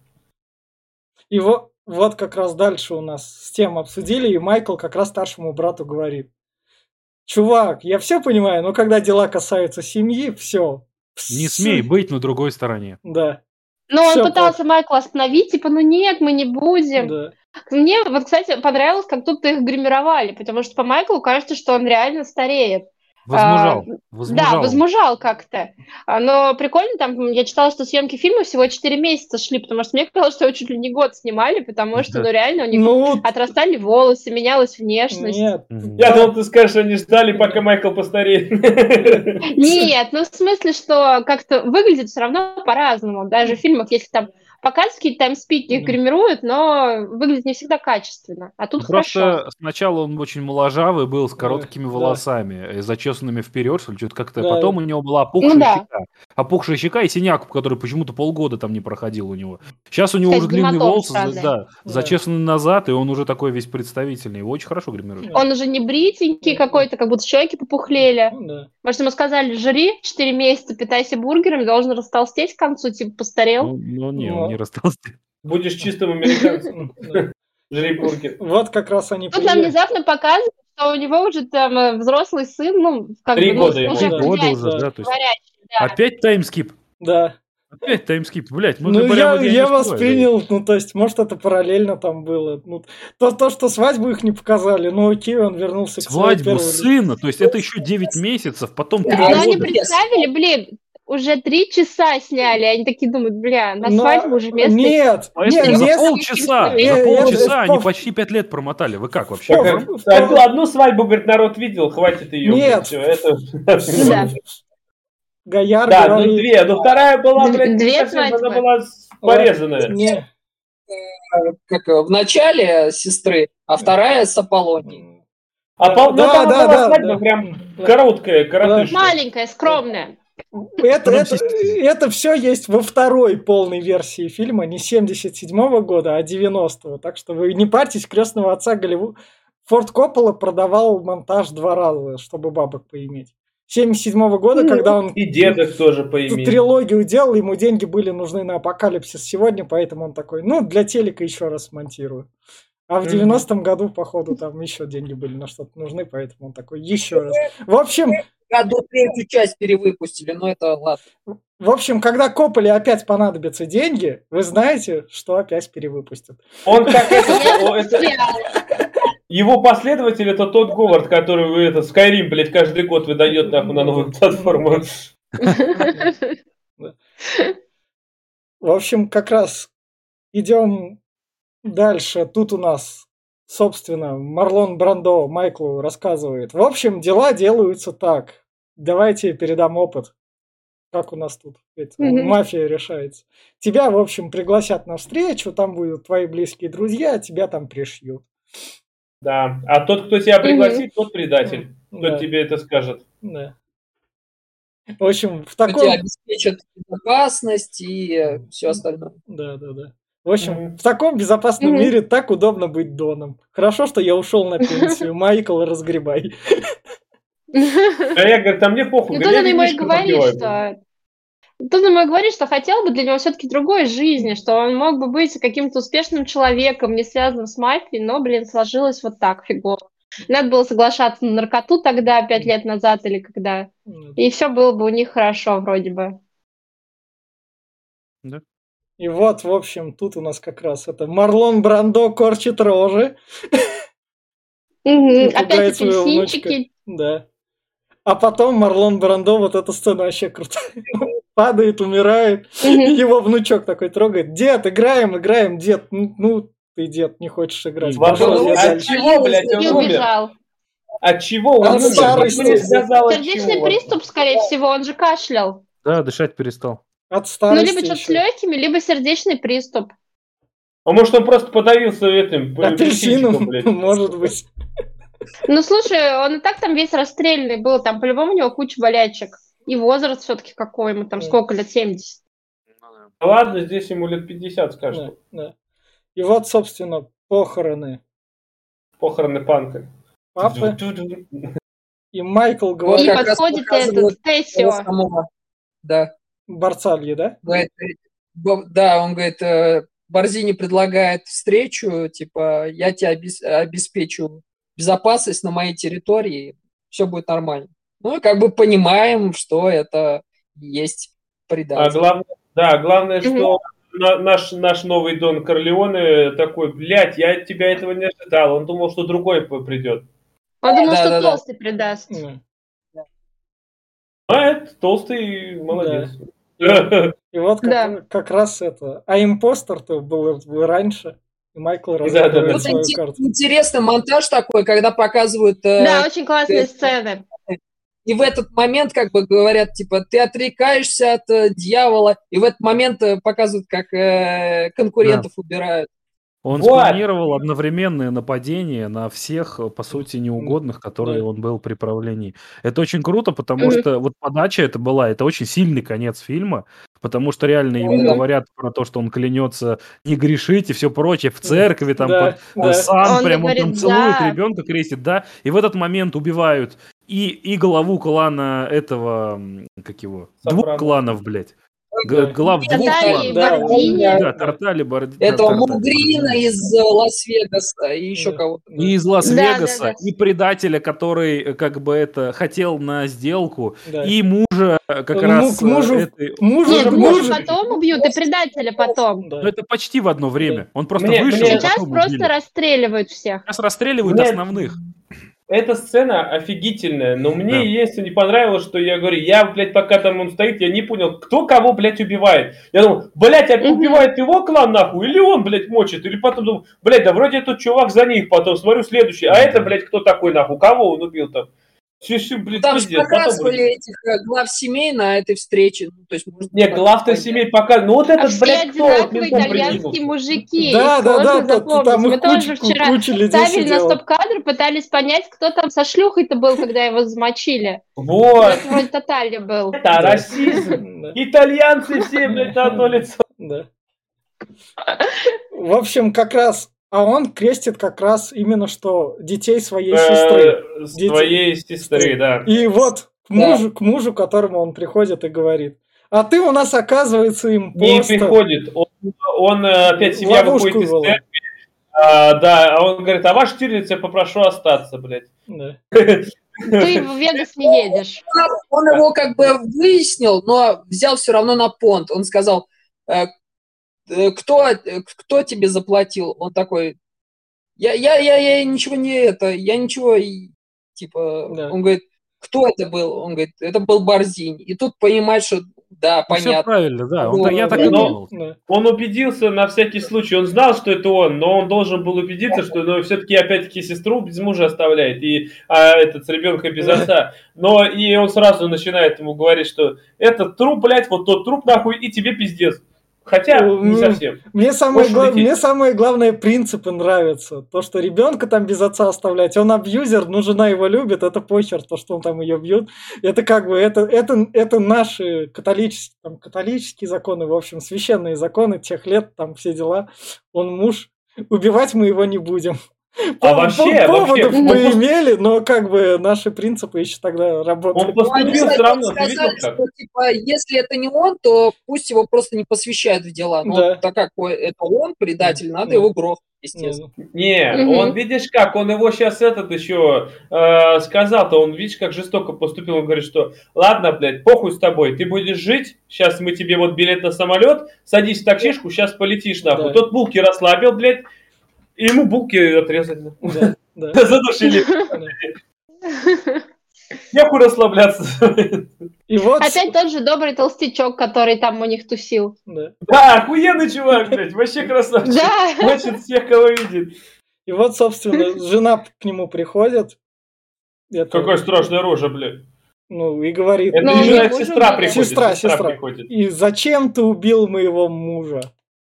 И вот как раз дальше у нас с тем обсудили, и Майкл как раз старшему брату говорит: чувак, я все понимаю, но когда дела касаются семьи, все. Не смей быть на другой стороне. Да, Но он Всё пытался Майкла остановить, типа, ну нет, мы не будем. да. Мне вот, кстати, понравилось, как тут их гримировали, потому что по Майклу кажется, что он реально стареет. Возмужал. Да, Возмужал. возмужал как-то. Но прикольно, там, я читала, что съемки фильма всего 4 месяца шли, потому что мне казалось, что его чуть ли не год снимали, потому что, ну, реально у них Ну, отрастали волосы, менялась внешность. нет. Мгм. Я думал, ты скажешь, они ждали, пока Майкл постареет. Нет, ну, в смысле, что как-то выглядит все равно по-разному. Даже в фильмах, если там показывают какие-то таймспики, их гримируют, но выглядит не всегда качественно. А тут Ну, хорошо. просто сначала он очень моложавый был, с короткими Да. волосами, зачесанными вперед, что ли, что-то как-то. Да. Потом у него была опухшая Ну да. щека. Опухшая щека и синяк, который почему-то полгода там не проходил у него. Сейчас у него Кстати, уже длинные гематомы волосы, странные. да, зачесаны назад, и он уже такой весь представительный. Его очень хорошо гримируют. Он уже не бритенький какой-то, как будто щеки попухлели. Ну, да. Может, ему сказали, жри 4 месяца, питайся бургерами, должен растолстеть к концу, типа, постарел. Ну, не, Ну. он не расстался. Будешь чистым американцем. Да. Жри бургер. Вот как раз они Тут нам внезапно показывают, что у него уже там взрослый сын, ну, как 3 бы, ну, года ему. уже 3 года ходячий, уже, да, то есть. говорящий, да. Опять таймскип. Да. Опять таймскип. Блять, мы Ну, прямо я не успеваем. воспринял, ну, то есть, может, это параллельно там было. Ну, то, что свадьбу их не показали, ну, окей, он вернулся к своей Свадьбу первой сына, то есть это еще 9 месяцев, потом 3 Но они года. представили, блин, уже 3 часа сняли, они такие думают, бля, на Но- свадьбу уже место... Нет, А если нет, за место- полчаса, Нет, за нет, полчаса это они в- почти 5 лет промотали. Вы как вообще? Одну свадьбу, говорит, народ видел, хватит ее. Нет. Все, это... Да. Гояр Да, ну говорит... 2. Ну вторая была, блядь, Две не совсем, свадьбы. она была порезанная. Не. Как в начале сестры, а вторая с Аполлонией. А Да, ну, да, там да, была да, свадьба да. прям Да. короткая, коротышка. Маленькая, скромная. Это все есть во второй полной версии фильма, не 77-го года, а 90-го. Так что вы не парьтесь, крестного отца Голливуд. Форд Коппола продавал монтаж 2 раза, чтобы бабок поиметь. 77-го года, когда он И дедок тоже эту поимеет. трилогию делал, ему деньги были нужны на апокалипсис сегодня, поэтому он такой, ну, для телека еще раз монтирую. А в 90-м году, походу, там еще деньги были на что-то нужны, поэтому он такой, еще раз. В общем, Году третью часть перевыпустили, но это ладно. когда Копполе опять понадобятся деньги, вы знаете, что опять перевыпустят. Он как его последователь это тот Говард, который этот Skyrim, блядь, каждый год выдает нахуй на новую платформу. В общем, как раз идем дальше. Тут у нас, собственно, Марлон Брандо Майклу рассказывает. В общем, дела делаются так. Давайте передам опыт. Как у нас тут мафия решается. Тебя, в общем, пригласят на встречу, там будут твои близкие друзья, тебя там пришьют. Да. А тот, кто тебя пригласит, тот предатель. Да. Кто тебе это скажет. Да. В общем, в Кто тебе таком... обеспечит безопасность и все остальное. Да. В общем, в таком безопасном мире так удобно быть Доном. Хорошо, что я ушел на пенсию. Майкл, разгребай. А я говорю, там мне похуй. Ну, говорю, тут я он ему и винишко говорит, попиваю. что... Тут он ему и говорит, что хотел бы для него все-таки другой жизни, что он мог бы быть каким-то успешным человеком, не связанным с мафией, но, блин, сложилось вот так фигово. Надо было соглашаться на наркоту тогда, 5 лет назад или когда. И все было бы у них хорошо вроде бы. Да. И вот, в общем, тут у нас как раз это Марлон Брандо корчит рожи. И Опять пугает своего внучка. апельсинчики. Да. А потом Марлон Брандо, вот эта сцена вообще крутая. Падает, умирает. Его внучок такой трогает. Дед, играем, дед. Ну, ты, дед, не хочешь играть. Пошел я От дальше. чего, блядь, он И умер? убежал. От чего он От умер? старости. Никто не сказал, от Сердечный чего. приступ, скорее всего, он же кашлял. Да, дышать перестал. От Ну, старости либо что-то с еще. легкими, либо сердечный приступ. А может, он просто подавился этим Апельсином, апельсинчиком, блядь? может быть. Ну, слушай, он и так там весь расстрельный был, там по-любому у него куча болячек. И возраст все-таки какой ему, там сколько лет, 70. Ладно, здесь ему лет 50, скажем. Да. И вот, собственно, похороны Похороны панка. папы. И Майкл Вот говорит, И как раз подходит показывают этот Тессио. самого. Да. Барцальи, да? Говорит, да, он говорит, Борзини предлагает встречу, типа, я тебе обеспечу безопасность на моей территории, все будет нормально. Ну, и как бы понимаем, что это есть предатель. Главное, что наш новый Дон Корлеоне такой, блядь, я от тебя этого не ожидал. Он думал, что другой придет. Он думал, что Да. толстый предаст. А этот толстый молодец. И вот Да. как раз это. А импостер-то был раньше. И Майкл Да. разыгрывает Тут свою карту. интересный монтаж такой, когда показывают... Да, очень классные сцены. И в этот момент как бы говорят, типа, ты отрекаешься от дьявола, и в этот момент показывают, как конкурентов убирают. Он Вот. спланировал одновременное нападение на всех, по сути, неугодных, которые Да. он был при правлении. Это очень круто, потому что вот подача это была, это очень сильный конец фильма, потому что реально ему говорят про то, что он клянется не грешить и все прочее в церкви, там Да, под да. сан, Он прям он говорит, там целует да. ребенка, крестит, да, и в этот момент убивают и главу клана этого, как его, Сопрано. 2 кланов, блядь. Да. Глав 2 Тартальи, кланов. Да, Бордини. Да, Тартали, Это Мугрина из Лас-Вегаса и еще Да. кого-то. И из Лас-Вегаса, и предателя, который как бы это хотел на сделку, Да. и мужа как К раз мужу- этой... Мужа, Нет, мужа. мужа потом убьют, и предателя потом. Да. Ну это почти в одно время. Он просто Мне- вышел, мне- а Сейчас потом просто убили. расстреливают всех. Сейчас расстреливают Нет. основных. Эта сцена офигительная, но мне Да. единственное не понравилось, что я говорю, блядь, пока там он стоит, я не понял, кто кого, блядь, убивает. Я думал, блядь, убивает его клан нахуй, или он, блядь, мочит, или потом думал, блядь, да вроде этот чувак за них, потом смотрю следующий, а это, блядь, кто такой нахуй, кого он убил там? Блядь, Там же пиздец. показывали Потом, этих глав семей на этой встрече. Ну, то есть, может, не, глав-то семей пока, ну вот А этот, все блядь, кто вот одинаковые ментом итальянские прикинулся? мужики. Да, Их да, сложно да, запомнить. там Мы их тоже вчера куча людей ставили на сидела. стоп-кадр, пытались понять, кто там со шлюхой-то был, когда его замочили. Вот, Это вроде Тотали был. это Да. расизм. Да. Итальянцы все, блядь, на одно лицо. Да. В общем, как раз, а он крестит как раз именно что детей своей сестры. Своей сестры, да. И вот к мужу, к которому он приходит и говорит, а ты у нас, оказывается, Не импостер. приходит. Он опять семья Ловушку выходит из ввела. церкви. Да, а он говорит, а ваш Штирлиц, я попрошу остаться, блядь. Да. Ты в Вегас не едешь. Он его как бы выяснил, но взял все равно на понт. Он сказал, кто тебе заплатил? Он такой, я ничего не это, я ничего, типа, Да. он говорит, кто это был? Он говорит, это был Борзинь. И тут понимаешь, что да, Ну, все понятно. правильно, да. Ну, Я так и но- думал. Да. Он убедился на всякий случай. Он знал, что это он, но он должен был убедиться, что все-таки опять-таки сестру без мужа оставляет, и этот с ребенком без отца. Но и он сразу начинает ему говорить, что этот труп, блядь, вот тот труп нахуй, и тебе пиздец. Хотя, не совсем. Мне Можешь улететь. самое главное принципы нравятся. То, что ребенка там без отца оставлять, он абьюзер, но жена его любит, это похер, то, что он там ее бьет. Это как бы, это наши католические законы, в общем, священные законы тех лет, там все дела. Он муж, убивать мы его не будем. Поводов мы имели, но как бы наши принципы еще тогда работали. Он поступил все равно, ты видел как? Что, типа, если это не он, то пусть его просто не посвящают в дела. Но Да. так как это он, предатель, надо его грохнуть, естественно. Не, он, видишь как, он его сейчас еще сказал-то, он, видишь, как жестоко поступил, он говорит, что ладно, блядь, похуй с тобой, ты будешь жить, сейчас мы тебе вот билет на самолет, садись в таксишку, сейчас полетишь нахуй. Да. Тот булки расслабил, блядь, и ему булки отрезали. Да. Задушили. Нехуй расслабляться. И вот, Опять тот же добрый толстячок, который там у них тусил. да. Да, охуенный чувак, блядь, вообще красавчик. Да. Мочит всех, кого видит. И вот, собственно, жена к нему приходит. Какая страшная рожа, блядь. Ну, и говорит... Это Ну, не не жена, мужа сестра убила. приходит. Сестра. приходит. И зачем ты убил моего мужа?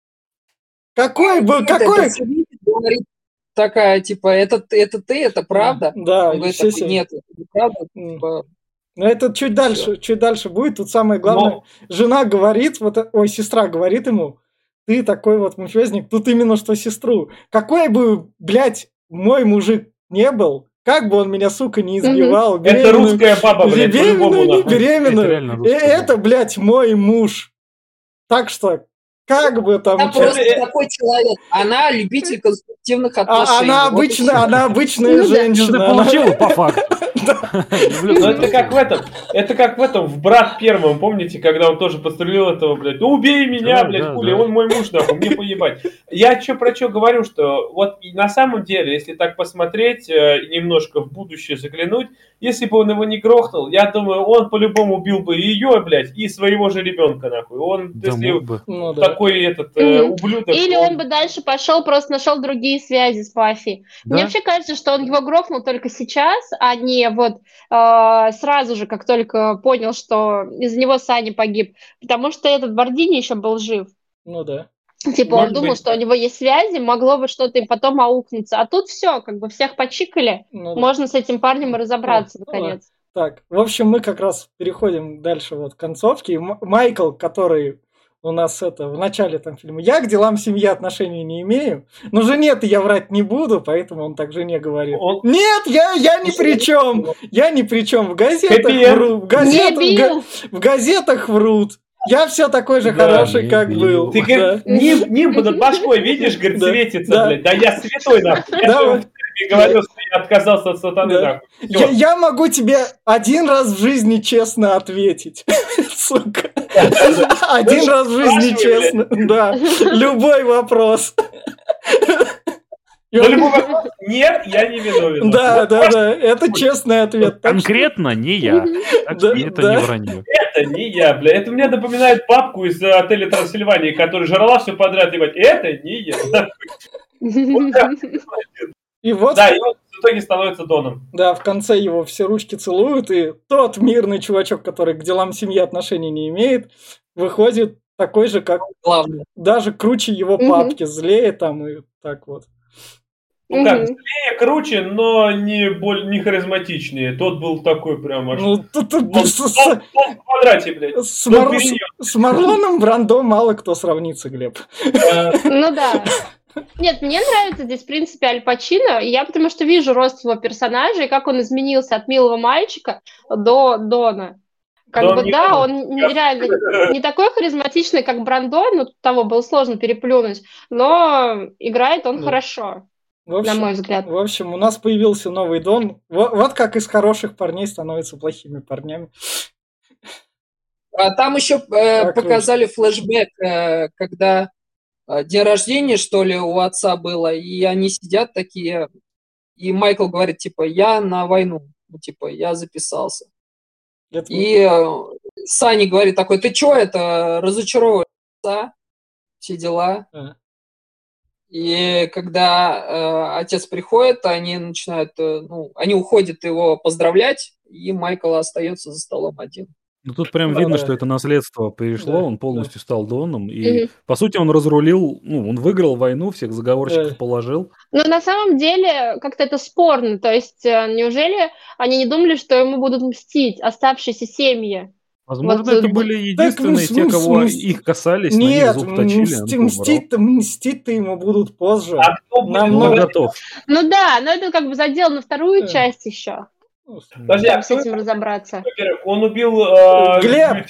Какой Говорит такая, типа, это ты, это правда? Да, Он говорит, все. такой, нет, это не правда. Типа, Но это чуть дальше будет. Тут самое главное, жена говорит, сестра говорит ему, ты такой вот мафиозник, тут именно что сестру. Какой бы, блядь, мой мужик не был, как бы он меня, сука, не избивал, Это русская баба, блядь, беременную, по-любому, не нахуй. Это реально беременную. русская Это, блядь, мой муж. Так что, как бы там... Она просто такой человек. Она любитель конструктивных отношений. Она Вот и всё. обычная Ты женщина. она- получил по факту. Ну, это как в этом, в «Брат первом», помните, когда он тоже подстрелил этого, блядь, ну убей меня, Да, блядь, да, хули, да. он мой муж, нахуй, мне поебать. Я про что говорю, что вот на самом деле, если так посмотреть, немножко в будущее заглянуть, если бы он его не грохнул, я думаю, он по-любому убил бы и ее, блядь, и своего же ребенка, нахуй. Он, Да если мог бы. Ну да. такой этот ублюдок... Или он бы дальше пошел, просто нашел другие связи с мафией. Да. Мне вообще кажется, что он его грохнул только сейчас, а не вот сразу же, как только понял, что из-за него Саня погиб. Потому что этот Бордини еще был жив. Ну да. Типа он Может думал, быть, что у него есть связи, могло бы что-то и потом аукнуться. А тут все, как бы всех почикали. Ну да. Можно с этим парнем и разобраться, наконец. Так, в общем, мы как раз переходим дальше вот к концовке. И Майкл, который у нас в начале там фильма, я к делам семьи отношений не имею, но жене-то я врать не буду, поэтому он так жене говорит. Нет, я ни при чем, я ни при чем. В газетах врут, в газетах врут. Я все такой же хороший, как был. Ты, говорит, нимб над башкой, видишь, говорит, светится, блядь. Да я святой, нахуй. Я же говорил, что я отказался от сатаны, нахуй. Я могу тебе один раз в жизни честно ответить. Сука. Один раз в жизни честно. Да. Любой вопрос. Нет, я не виновен. Да. Это честный ответ. Конкретно не я. Так что это не вранье. Это не я, бля. Это мне напоминает папку из отеля Трансильвании, который жрала все подряд, ебать. Это не я. И вот... Да, и он в итоге становится Доном. Да, в конце его все ручки целуют, и тот мирный чувачок, который к делам семьи отношений не имеет, выходит такой же, как... Главное. Даже круче его папки, злее там и так вот. Ну как, злее, круче, но не харизматичнее. Тот был такой прям аж... Ну, тут Он в квадрате, блядь. с Марлоном Брандо мало кто сравнится, Глеб. Ну да. Нет, мне нравится здесь, в принципе, Аль Пачино. Я потому что вижу рост его персонажа и как он изменился от милого мальчика до Дона. Как бы, да, он реально не такой харизматичный, как Брандо, но того было сложно переплюнуть, но играет он хорошо, на мой взгляд. В общем, у нас появился новый Дон. Вот как из хороших парней становятся плохими парнями. Там еще показали флешбэк, когда день рождения, что ли, у отца было, и они сидят такие, и Майкл говорит, типа, я на войну, типа, я записался. И Саня говорит такой, ты чё это, разочаровываешь отца, все дела. И когда отец приходит, они начинают, они уходят его поздравлять, и Майкл остается за столом один. Ну, тут прям Да, видно, да. что это наследство перешло, Да, он да. полностью стал Доном, и, Мгм. по сути, он разрулил, ну, он выиграл войну, всех заговорщиков положил. Но на самом деле как-то это спорно. То есть неужели они не думали, что ему будут мстить оставшиеся семьи? Вот, Возможно, это были Так единственные те, кого их касались, на них нет, зуб точили, он их убрал. мстить-то ему будут позже. А кто будет? Он Намного. готов. ну да, но это как бы задел на вторую Э. часть еще, Подожди, а чтобы с кто этим разобраться. во-первых, он убил Глеб,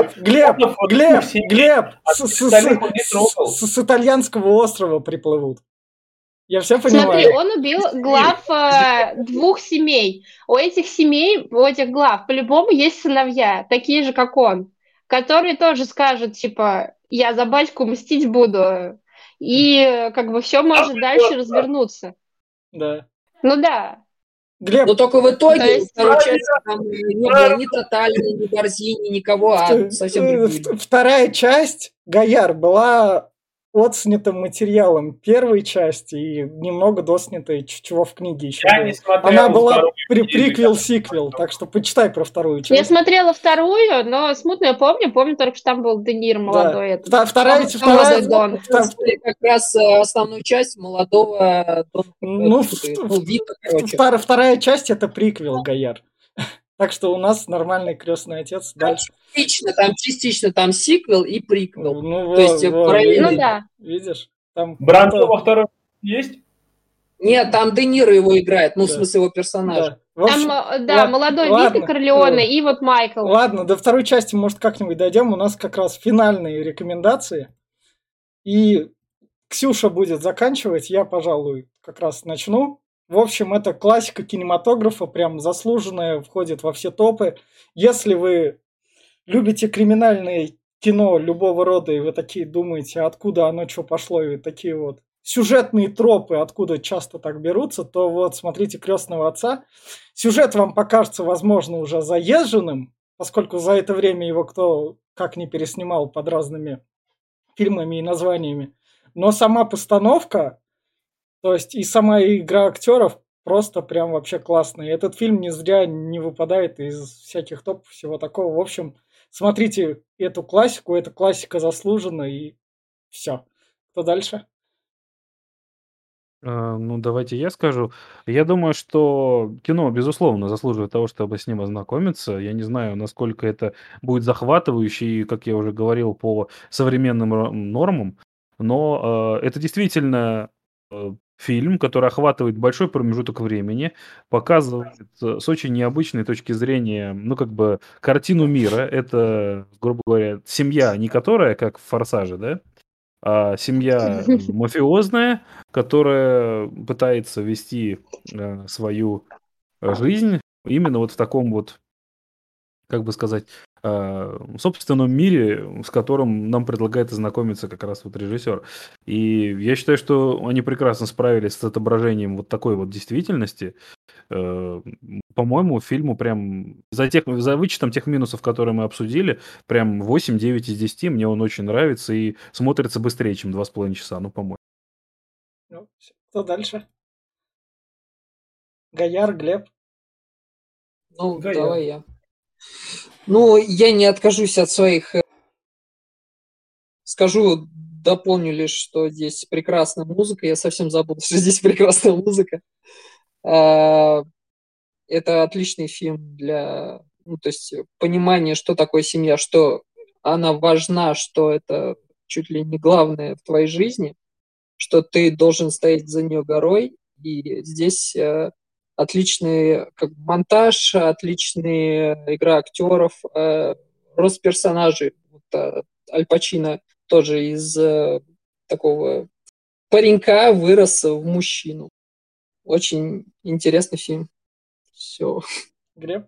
остальных он не трогал. с итальянского острова приплывут. Я все Смотри, понимаю. он убил глав двух семей. У этих семей, у этих глав, по-любому есть сыновья, такие же, как он, которые тоже скажут, типа, я за батьку мстить буду. И как бы все может дальше развернуться. Да. Ну да. Глеб, Но только в То итоге есть- второй части там не было ни Татальни, ни Борзини, никого, а совсем другие. вторая часть Гояр была отснятым материалом первой части и немного доснятой, чего в книге еще Я было. не смотрел Она была вторую книгу. приквел-сиквел, так что почитай про вторую Я часть. смотрела вторую, но смутно я помню только, что там был Де Ниро молодой. Да. Этот. Вторая, Там вторая, Дон. показывали как раз основную часть молодого ну, Вита, короче. вторая часть это приквел Гояр. Так что у нас нормальный крестный отец. Дальше. Частично там сиквел и приквел. Ну, То есть параллельно. Ну да. Видишь? Там Брандо во втором есть? Нет, там Де Ниро его играет, ну, в Да. смысле, его персонажа. Да. В общем, Там, молодой Вита Корлеоне и вот Майкл. Ладно, до второй части, может, как-нибудь дойдем. У нас как раз финальные рекомендации. И Ксюша будет заканчивать, я, пожалуй, как раз начну. В общем, это классика кинематографа, прям заслуженная, входит во все топы. Если вы любите криминальное кино любого рода, и вы такие думаете, откуда оно что пошло, и такие вот сюжетные тропы, откуда часто так берутся, то вот смотрите «Крестного отца». Сюжет вам покажется, возможно, уже заезженным, поскольку за это время его кто как не переснимал под разными фильмами и названиями. Но сама постановка, то есть и сама игра актеров просто прям вообще классная. И этот фильм не зря не выпадает из всяких топов, всего такого. В общем, смотрите эту классику, эта классика заслужена, и все. Кто дальше? Ну, давайте я скажу. Я думаю, что кино, безусловно, заслуживает того, чтобы с ним ознакомиться. Я не знаю, насколько это будет захватывающе, и, как я уже говорил, по современным нормам, но это действительно фильм, который охватывает большой промежуток времени, показывает с очень необычной точки зрения, ну, как бы, картину мира. Это, грубо говоря, семья, не которая, как в «Форсаже», да, а семья мафиозная, которая пытается вести свою жизнь именно вот в таком вот, как бы сказать, собственном мире, с которым нам предлагает ознакомиться как раз вот режиссер. И я считаю, что они прекрасно справились с отображением вот такой вот действительности. По-моему, фильму прям за вычетом тех минусов, которые мы обсудили, прям 8-9 из 10. Мне он очень нравится и смотрится быстрее, чем 2,5 часа, ну, по-моему. Ну, кто дальше? Гояр, Глеб. Ну, Гояр. давай я. Ну, я не откажусь от своих. Скажу, дополню лишь, что здесь прекрасная музыка. Я совсем забыл, что здесь прекрасная музыка. Это отличный фильм для, ну, то есть понимания, что такое семья, что она важна, что это чуть ли не главное в твоей жизни, что ты должен стоять за нее горой. И здесь отличный монтаж, отличная игра актеров, рост персонажей. Вот, Аль Пачино тоже из такого паренька вырос в мужчину. Очень интересный фильм. Все. Глеб?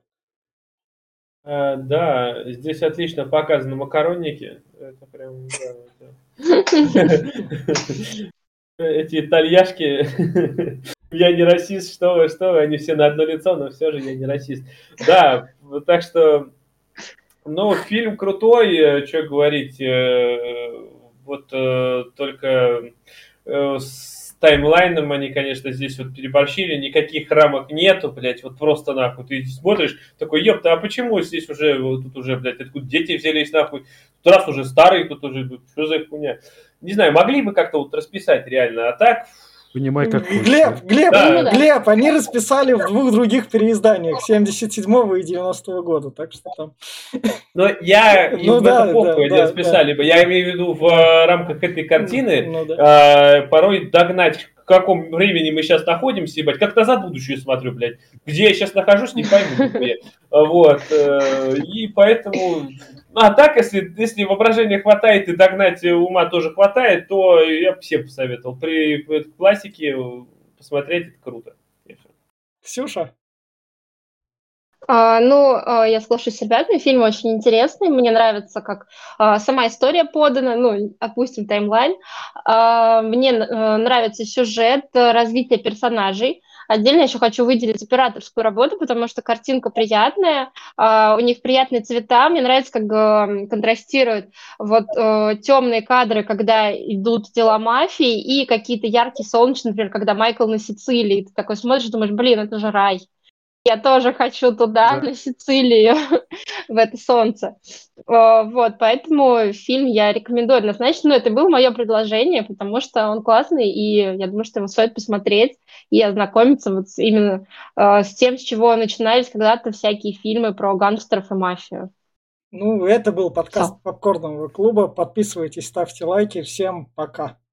Да, здесь отлично показаны макаронники. Это прям, да. Эти итальяшки. Я не расист, что вы, они все на одно лицо, но все же я не расист. Да, так что, ну, фильм крутой, что говорить, вот только таймлайном они, конечно, здесь вот переборщили, никаких рамок нету, блядь, вот просто нахуй. Ты смотришь, такой, ёпта, а почему здесь уже, вот тут уже, блядь, откуда дети взялись нахуй? Тут раз уже старый, тут уже, что за хуйня? Не знаю, могли бы как-то вот расписать реально, а так... Понимай, как Глеб, они расписали в 2 других переизданиях, 77-го и 90-го года, так что там... Но я им в это похуй не расписали бы. Я имею в виду в рамках этой картины порой догнать, в каком времени мы сейчас находимся, ебать, как назад в будущее смотрю, блядь. Где я сейчас нахожусь, не пойму. Вот. И поэтому... А так, если воображения хватает и догнать ума тоже хватает, то я бы всем посоветовал. При классике посмотреть, это круто. Ксюша? Я соглашусь с ребятами, фильм очень интересный, мне нравится, как сама история подана, опустим таймлайн, мне нравится сюжет, развитие персонажей. Отдельно еще хочу выделить операторскую работу, потому что картинка приятная, у них приятные цвета, мне нравится, как контрастируют вот темные кадры, когда идут дела мафии, и какие-то яркие солнечные, например, когда Майкл на Сицилии, ты такой смотришь, думаешь, блин, это же рай. Я тоже хочу туда, на Сицилию, в это солнце. Вот, поэтому фильм я рекомендую однозначно. Это было мое предложение, потому что он классный, и я думаю, что его стоит посмотреть и ознакомиться вот именно с тем, с чего начинались когда-то всякие фильмы про гангстеров и мафию. Это был подкаст Попкорного клуба. Подписывайтесь, ставьте лайки. Всем пока.